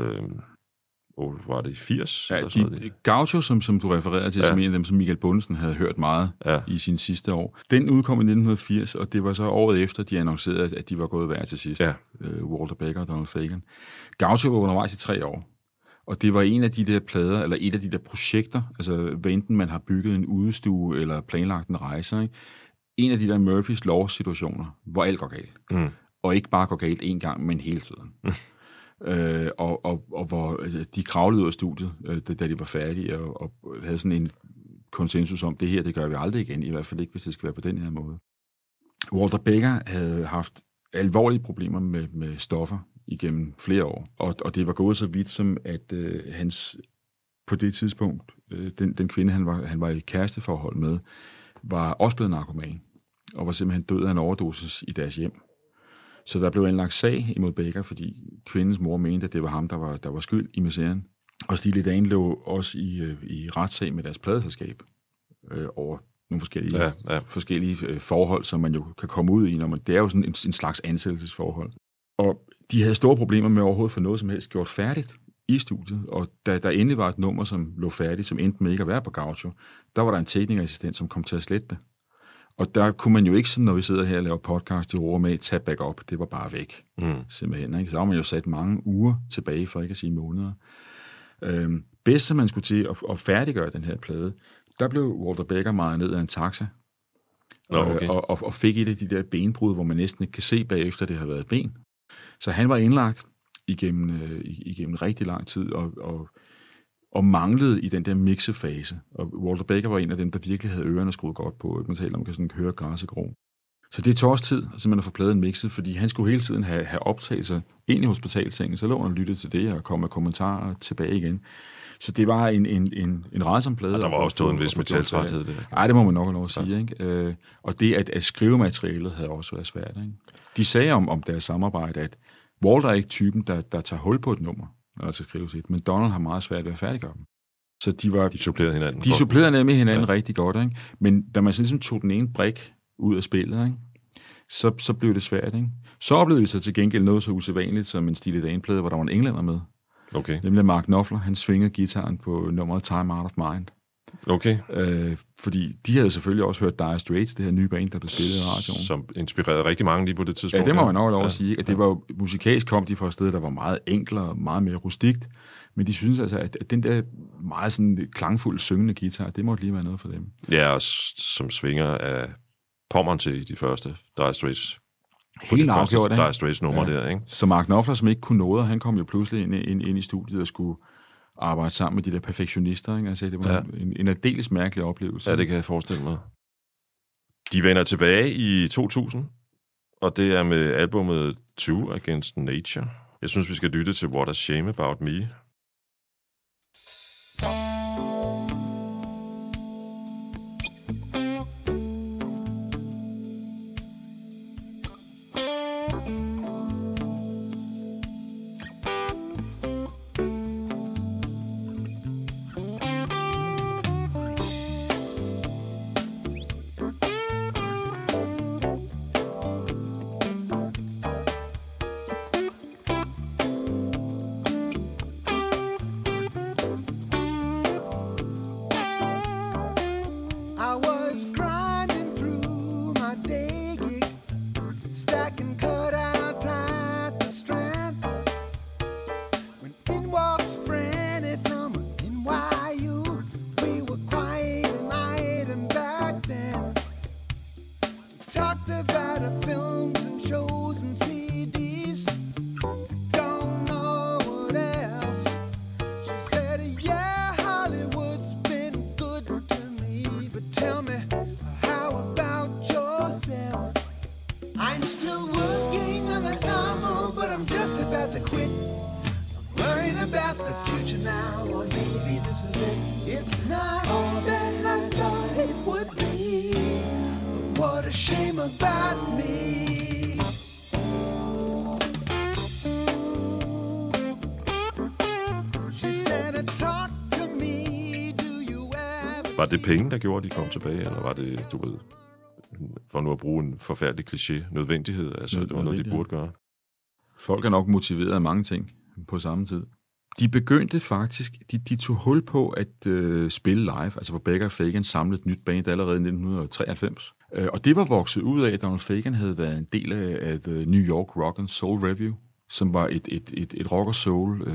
var det i 80? Ja, Gaucho, som du refererede til, som en af dem, som Michael Bundesen havde hørt meget i sine sidste år, den udkom i 1980, og det var så året efter, de annoncerede, at de var gået hver til sidst. Ja. Walter Becker og Donald Fagen. Gaucho var undervejs i 3 år, og det var en af de der plader, eller et af de der projekter, altså hvad enten man har bygget en udestue, eller planlagt en rejse, ikke? En af de der Murphys Law-situationer, hvor alt går galt. Og ikke bare går galt 1 gang, men hele tiden. og hvor de kravlede ud af studiet, da de var færdige, og havde sådan en konsensus om, det her, det gør vi aldrig igen, i hvert fald ikke, hvis det skal være på den her måde. Walter Becker havde haft alvorlige problemer med stoffer igennem flere år, og det var gået så vidt som, at hans, på det tidspunkt, den kvinde, han var i kæresteforhold med, var også blevet narkoman, og var simpelthen død af en overdosis i deres hjem. Så der blev anlagt sag imod Becker, fordi kvindens mor mente, at det var ham, der var skyld i misæren. Og Steely Dan lå også i retssag med deres pladeselskab over nogle forskellige forhold, som man jo kan komme ud i, det er jo sådan en slags ansættelsesforhold. Og de havde store problemer med overhovedet for noget som helst gjort færdigt i studiet, og da der endelig var et nummer, som lå færdigt, som endte med ikke at være på Gaucho, der var der en teknikerassistent, som kom til at slette det. Og der kunne man jo ikke, sådan, når vi sidder her og laver podcast i ro med, tage back up. Det var bare væk, simpelthen. Ikke? Så har man jo sat mange uger tilbage, for ikke at sige måneder. Bedst, som man skulle til at færdiggøre den her plade, der blev Walter Becker meget ned af en taxa, og fik et af de der benbrud, hvor man næsten ikke kan se bagefter, det har været et ben. Så han var indlagt igennem rigtig lang tid, og manglede i den der mixefase. Og Walter Becker var en af dem, der virkelig havde ørerne skruet godt på. Man taler om, kan sådan høre græsset gro. Så det tog også tid, simpelthen at få pladen mixet, fordi han skulle hele tiden have optagelser ind i hospitalsengen, så lå han og lyttede til det, og kom med kommentarer tilbage igen. Så det var en rædsom plade. Og der var også stået en vis metaltræthed. Nej, det må man nok have lov at sige. Ikke? Og det, at skrive materialet, havde også været svært. Ikke? De sagde om deres samarbejde, at Walter er ikke typen, der tager hul på et nummer, når der skal skrives et, men Donald har meget svært ved at færdiggøre dem. Så de supplerede hinanden. De supplerede nemlig hinanden rigtig godt, ikke? Men da man så ligesom tog den ene brik ud af spillet, ikke? Så blev det svært. Ikke? Så oplevede vi så til gengæld noget så usædvanligt som en Steely Dan-plade, hvor der var en englænder med. Okay. Nemlig Mark Knopfler. Han svingede gitaren på nummeret Time Out of Mind. Okay. Fordi de havde selvfølgelig også hørt Dire Straits, det her nye band, der blev spillet i radioen. Som inspirerede rigtig mange lige på det tidspunkt. Ja, det må man nok lov at sige. At det var jo, musikalsk kom de fra et sted, der var meget enklere og meget mere rustikt. Men de synes altså, at den der meget sådan klangfulde syngende guitar, det måtte lige være noget for dem. Ja, og som svinger af Pommern til de første Dire Straits. Helt afgjort, Dire Straits nummer der, ikke? Så Mark Knopfler, som ikke kunne noget, han kom jo pludselig ind i studiet og skulle arbejde sammen med de der perfektionister, ikke? Altså, det var en aldeles mærkelig oplevelse. Ja, det kan jeg forestille mig. De vender tilbage i 2000, og det er med albumet Two Against Nature. Jeg synes, vi skal lytte til What a Shame About Me. Var det penge, der gjorde, at de kom tilbage, eller var det, du ved, for nu at bruge en forfærdelig kliché, nødvendighed, altså det var noget, de burde gøre? Folk er nok motiveret af mange ting på samme tid. De begyndte faktisk, de tog hul på at spille live, altså hvor Becker og Fagen samlede et nyt band allerede i 1993. Og det var vokset ud af, at Donald Fagen havde været en del af The New York Rock and Soul Review, som var et rock og soul,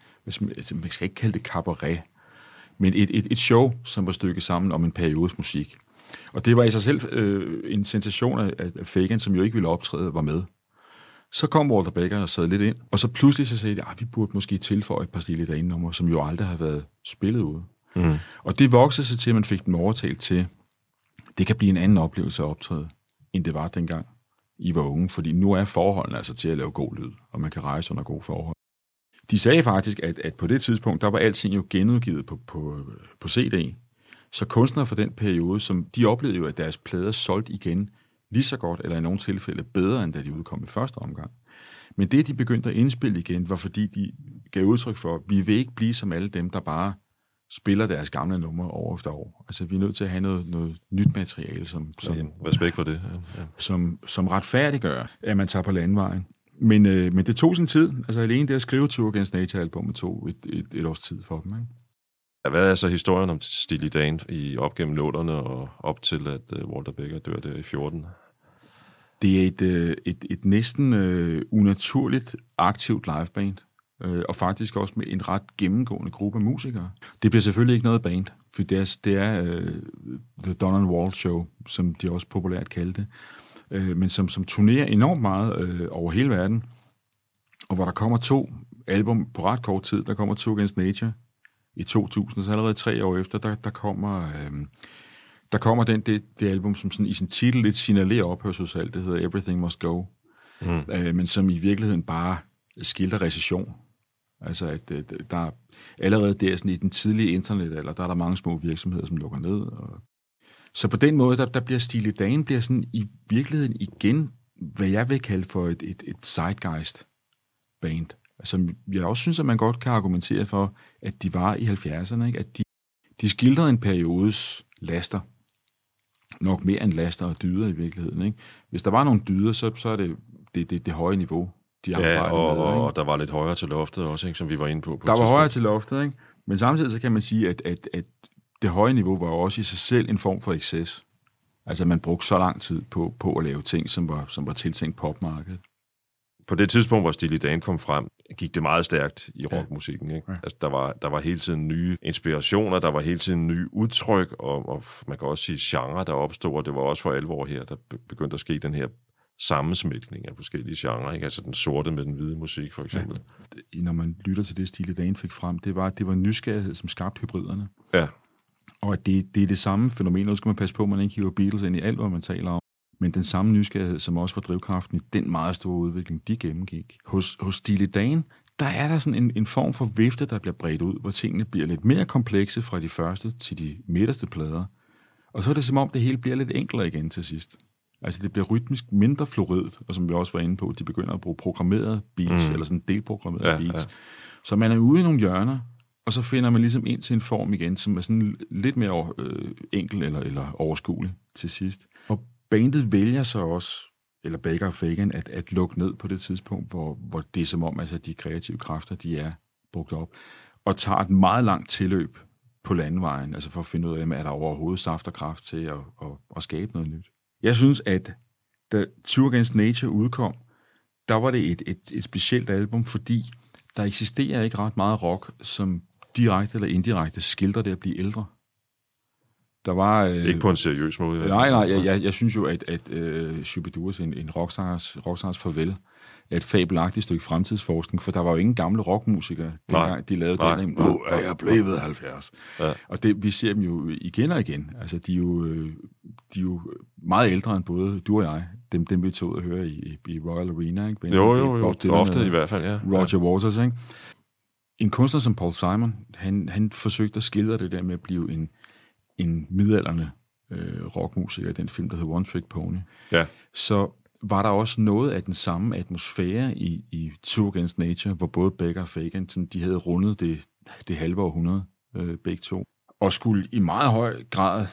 man skal ikke kalde det cabaret, men et show, som var stykket sammen om en periodes musik. Og det var i sig selv en sensation af Fagan, som jo ikke ville optræde, var med. Så kom Walter Becker og sad lidt ind, og så pludselig så sagde de, vi burde måske tilføje et par Steely Dan-numre, som jo aldrig har været spillet ude. Mm. Og det voksede sig til, at man fik dem overtalt til, det kan blive en anden oplevelse at optræde, end det var dengang I var unge, fordi nu er forholdene altså til at lave god lyd, og man kan rejse under gode forhold. De sagde faktisk, at på det tidspunkt, der var alting jo genudgivet på CD, så kunstnere for den periode, som de oplevede jo, at deres plader solgte igen lige så godt, eller i nogle tilfælde bedre, end da de udkom i første omgang. Men det, de begyndte at indspille igen, var fordi de gav udtryk for, at vi vil ikke blive som alle dem, der bare spiller deres gamle numre år efter år. Altså, vi er nødt til at have noget nyt materiale, som respekt for det. Ja. Som retfærdiggør, at man tager på landvejen. Men det tog sin tid. Altså, alene det at skrive Two Against Nature-albummet tog et års tid for dem, ikke? Ja, hvad er så historien om Steely Dan op gennem nullerne og op til, at Walter Becker dør der i 14? Det er et næsten unaturligt aktivt liveband, og faktisk også med en ret gennemgående gruppe af musikere. Det bliver selvfølgelig ikke noget band, for det er The Donald Wall Show, som de også populært kaldte det, men som turnerer enormt meget over hele verden, og hvor der kommer 2 album på ret kort tid. Der kommer Two Against Nature i 2000, så allerede 3 år efter, der kommer det album, som sådan i sin titel lidt signalerer ophørsudsalg, det hedder Everything Must Go, men som i virkeligheden bare skildrer recession. Altså, at der allerede der sådan i den tidlige internetalder, der er der mange små virksomheder, som lukker ned. Så på den måde, der bliver Steely Dan bliver sådan i virkeligheden igen, hvad jeg vil kalde for et zeitgeist-band. Altså, jeg også synes, at man godt kan argumentere for, at de var i 70'erne, ikke? At de skildrede en periodes laster. Nok mere end laster og dyder i virkeligheden, ikke? Hvis der var nogle dyder, så er det høje niveau, de arbejdede med. Og der var lidt højere til loftet også, ikke, som vi var inde på. Der var højere til loftet, ikke? Men samtidig så kan man sige, at det høje niveau var også i sig selv en form for excess. Altså, man brugte så lang tid på at lave ting, som var tiltænkt popmarkedet. På det tidspunkt, hvor Steely Dan kom frem, gik det meget stærkt i rockmusikken. Ikke? Ja. Altså, der var hele tiden nye inspirationer, der var hele tiden nye udtryk, og man kan også sige genre, der opstod, og det var også for alvor her, der begyndte at ske den her sammensmeltning af forskellige genrer, ikke? Altså den sorte med den hvide musik, for eksempel. Ja. Når man lytter til det, Steely Dan fik frem, det var nysgerrighed, som skabte hybriderne. Ja. Og at det er det samme fænomen, nu skal man passe på, at man ikke hiver Beatles ind i alt, hvad man taler om, men den samme nysgerrighed, som også var drivkraften i den meget store udvikling, de gennemgik. Hos Steely Dan, der er der sådan en form for vifte, der bliver bredt ud, hvor tingene bliver lidt mere komplekse fra de første til de midterste plader. Og så er det som om, det hele bliver lidt enklere igen til sidst. Altså det bliver rytmisk mindre floridt, og som vi også var inde på, de begynder at bruge programmerede beats, eller sådan delprogrammerede beats. Ja. Så man er ude i nogle hjørner, og så finder man ligesom ind til en form igen, som er sådan lidt mere enkel eller overskuelig til sidst. Og bandet vælger så også, eller Becker og Fagen, at lukke ned på det tidspunkt, hvor det er som om, altså de kreative kræfter, de er brugt op, og tager et meget langt tilløb på landevejen, altså for at finde ud af, er der overhovedet saft og kraft til at skabe noget nyt. Jeg synes, at da Two Against Nature udkom, der var det et specielt album, fordi der eksisterer ikke ret meget rock, som direkte eller indirekte skildrer det at blive ældre. Der var, ikke på en seriøs måde. Nej, jeg synes jo, at Shubidua, en rocksangers farvel, er et fabelagtigt stykke fremtidsforskning, for der var jo ingen gamle rockmusikere, dengang de lavede den. Er jeg blevet 70. Ja. Og det, vi ser dem jo igen og igen. Altså, de er jo meget ældre end både du og jeg, dem vi tog ud og høre i Royal Arena. Ikke? Jo, ofte i hvert fald, ja. Roger Waters, ikke? En kunstner som Paul Simon, han forsøgte at skildre det der med at blive en midaldrende rockmusiker i den film, der hedder One Trick Pony. Ja. Så var der også noget af den samme atmosfære i Two Against Nature, hvor både Becker og Fagen, de havde rundet det halve århundrede, begge to, og skulle i meget høj grad,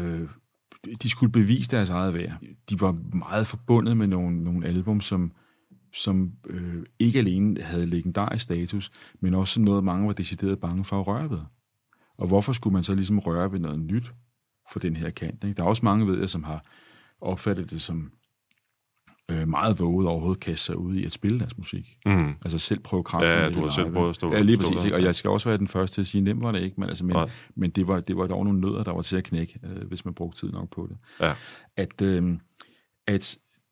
de skulle bevise deres eget værd. De var meget forbundet med nogle album, som ikke alene havde legendarisk status, men også som noget, mange var decideret bange for at røre ved. Og hvorfor skulle man så ligesom røre ved noget nyt for den her kant? Ikke? Der er også mange, ved jeg, som har opfattet det som meget våget overhovedet kaste sig ud i at spille deres musik. Mm. Altså selv prøve kraften. Ja, du har selv prøvet at stå. Ja, lige præcis. Ikke? Og jeg skal også være den første til at sige, nemt var det ikke, men det var dog nogle nødder, der var til at knække, hvis man brugte tid nok på det. Ja. At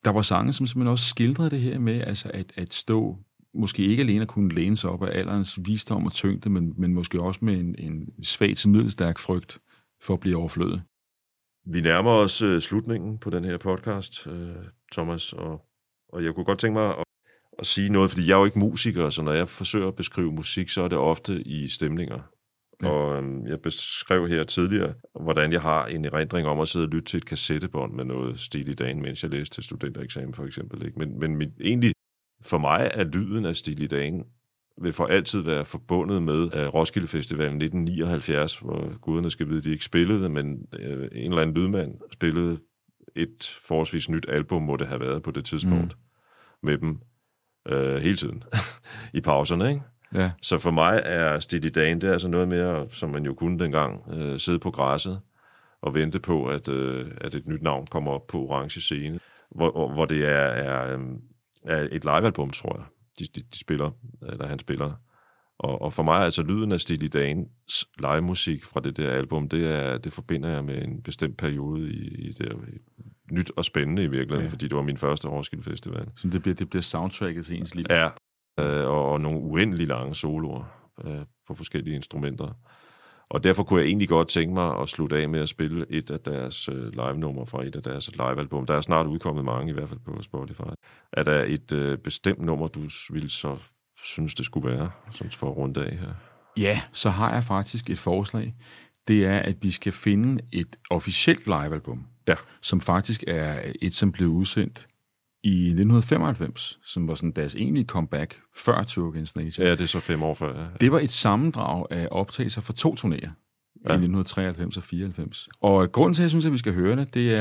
der var sange, som simpelthen også skildrede det her med, altså at stå, måske ikke alene at kunne læne sig op af alderens visdom og tyngde, men måske også med en svag til middelstærk frygt for at blive overflødet. Vi nærmer os slutningen på den her podcast, Thomas, og jeg kunne godt tænke mig at sige noget, fordi jeg er jo ikke musiker, så når jeg forsøger at beskrive musik, så er det ofte i stemninger. Ja. Og jeg beskrev her tidligere, hvordan jeg har en erindring om at sidde og lytte til et kassettebånd med noget Steely Dan, mens jeg læste til studentereksamen for eksempel. Ikke? Men egentlig for mig er lyden af Steely Dan vil for altid være forbundet med Roskilde Festivalen 1979, hvor guderne skal vide, de ikke spillede, men en eller anden lydmand spillede et forholdsvis nyt album, må det have været på det tidspunkt, med dem hele tiden i pauserne, ikke? Ja. Så for mig er Steely Dan, det er altså noget mere, som man jo kunne dengang, sidde på græsset og vente på, at et nyt navn kommer op på orange scene, hvor det er et livealbum, tror jeg, de spiller, eller han spiller. Og for mig er altså lyden af Steely Dans livemusik fra det der album, det forbinder jeg med en bestemt periode i det nyt og spændende i virkeligheden, fordi det var min første Roskilde Festival. Så det bliver soundtracket til ens liv? Ja, og nogle uendelig lange soloer på forskellige instrumenter. Og derfor kunne jeg egentlig godt tænke mig at slutte af med at spille et af deres live-numre fra et af deres live-album. Der er snart udkommet mange, i hvert fald på Spotify. Er der et bestemt nummer, du ville så synes, det skulle være, som for at runde af her? Ja, så har jeg faktisk et forslag. Det er, at vi skal finde et officielt live-album, som faktisk er et, som blev udsendt i 1995, som var sådan deres egentlige comeback før Two Against Nature. Ja, det er så 5 år før. Ja. Det var et sammendrag af optagelser for 2 turnéer i 1993 og 94. Og grunden til, at jeg synes, at vi skal høre det, det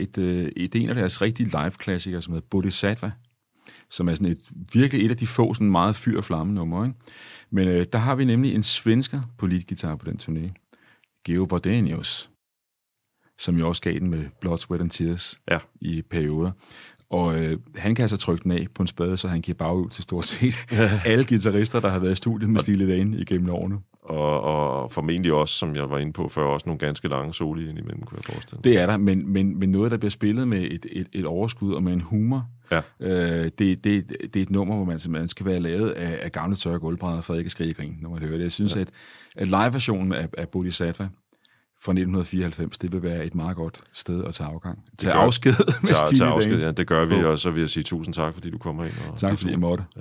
er en af deres rigtige live-klassikere, som hedder Bodhisattva, som er sådan virkelig et af de få sådan meget fyr- og flamme-numre. Ikke? Men der har vi nemlig en svensker på leadguitar på den turné, Geo Wardenius, som jo også gav den med Blood, Sweat and Tears i perioder. Og han kan altså trykke den af på en spade, så han giver bagud til stort set alle guitarister, der har været i studiet med Steely Dan igennem årene. Og formentlig også, som jeg var inde på før, også nogle ganske lange soli indimellem, kunne jeg forestille. Det er der, men noget, der bliver spillet med et overskud og med en humor. Ja. Det er et nummer, hvor man simpelthen skal være lavet af gamle tørre gulvbrædder, for ikke at skrige i grin, når man hører det. Jeg synes, at live-versionen af Bodhisattva fra 1994, det vil være et meget godt sted at tage afgang. Tage afsked med Steely Dan. Afsked, ja, det gør vi, og så vil jeg sige tusind tak, fordi du kommer ind. Og tak, fordi jeg måtte. Ja.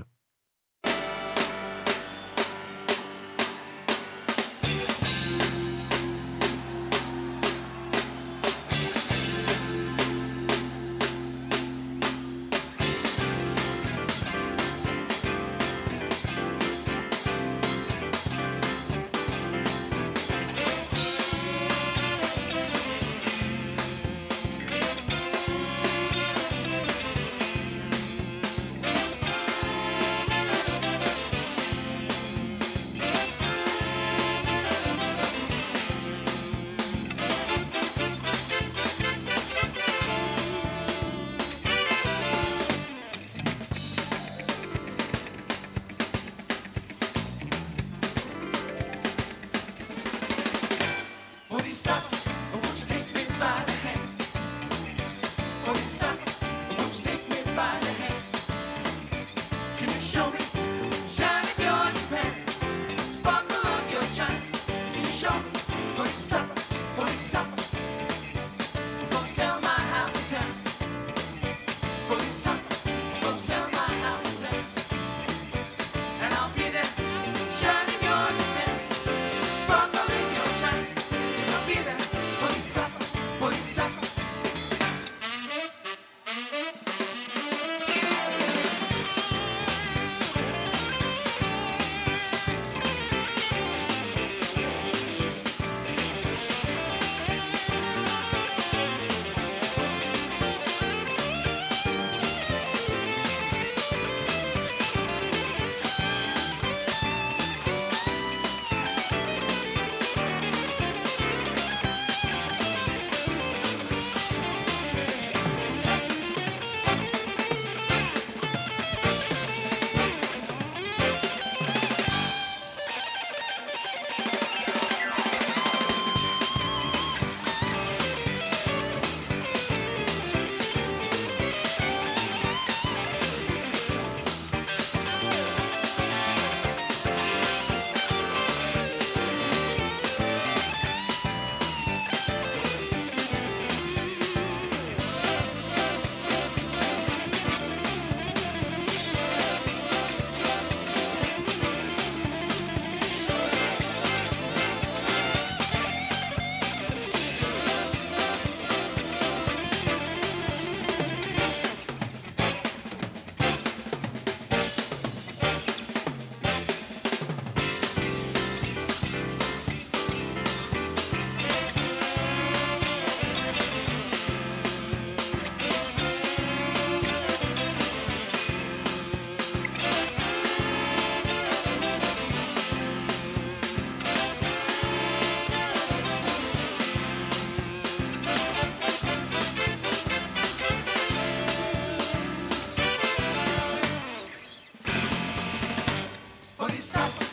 suck.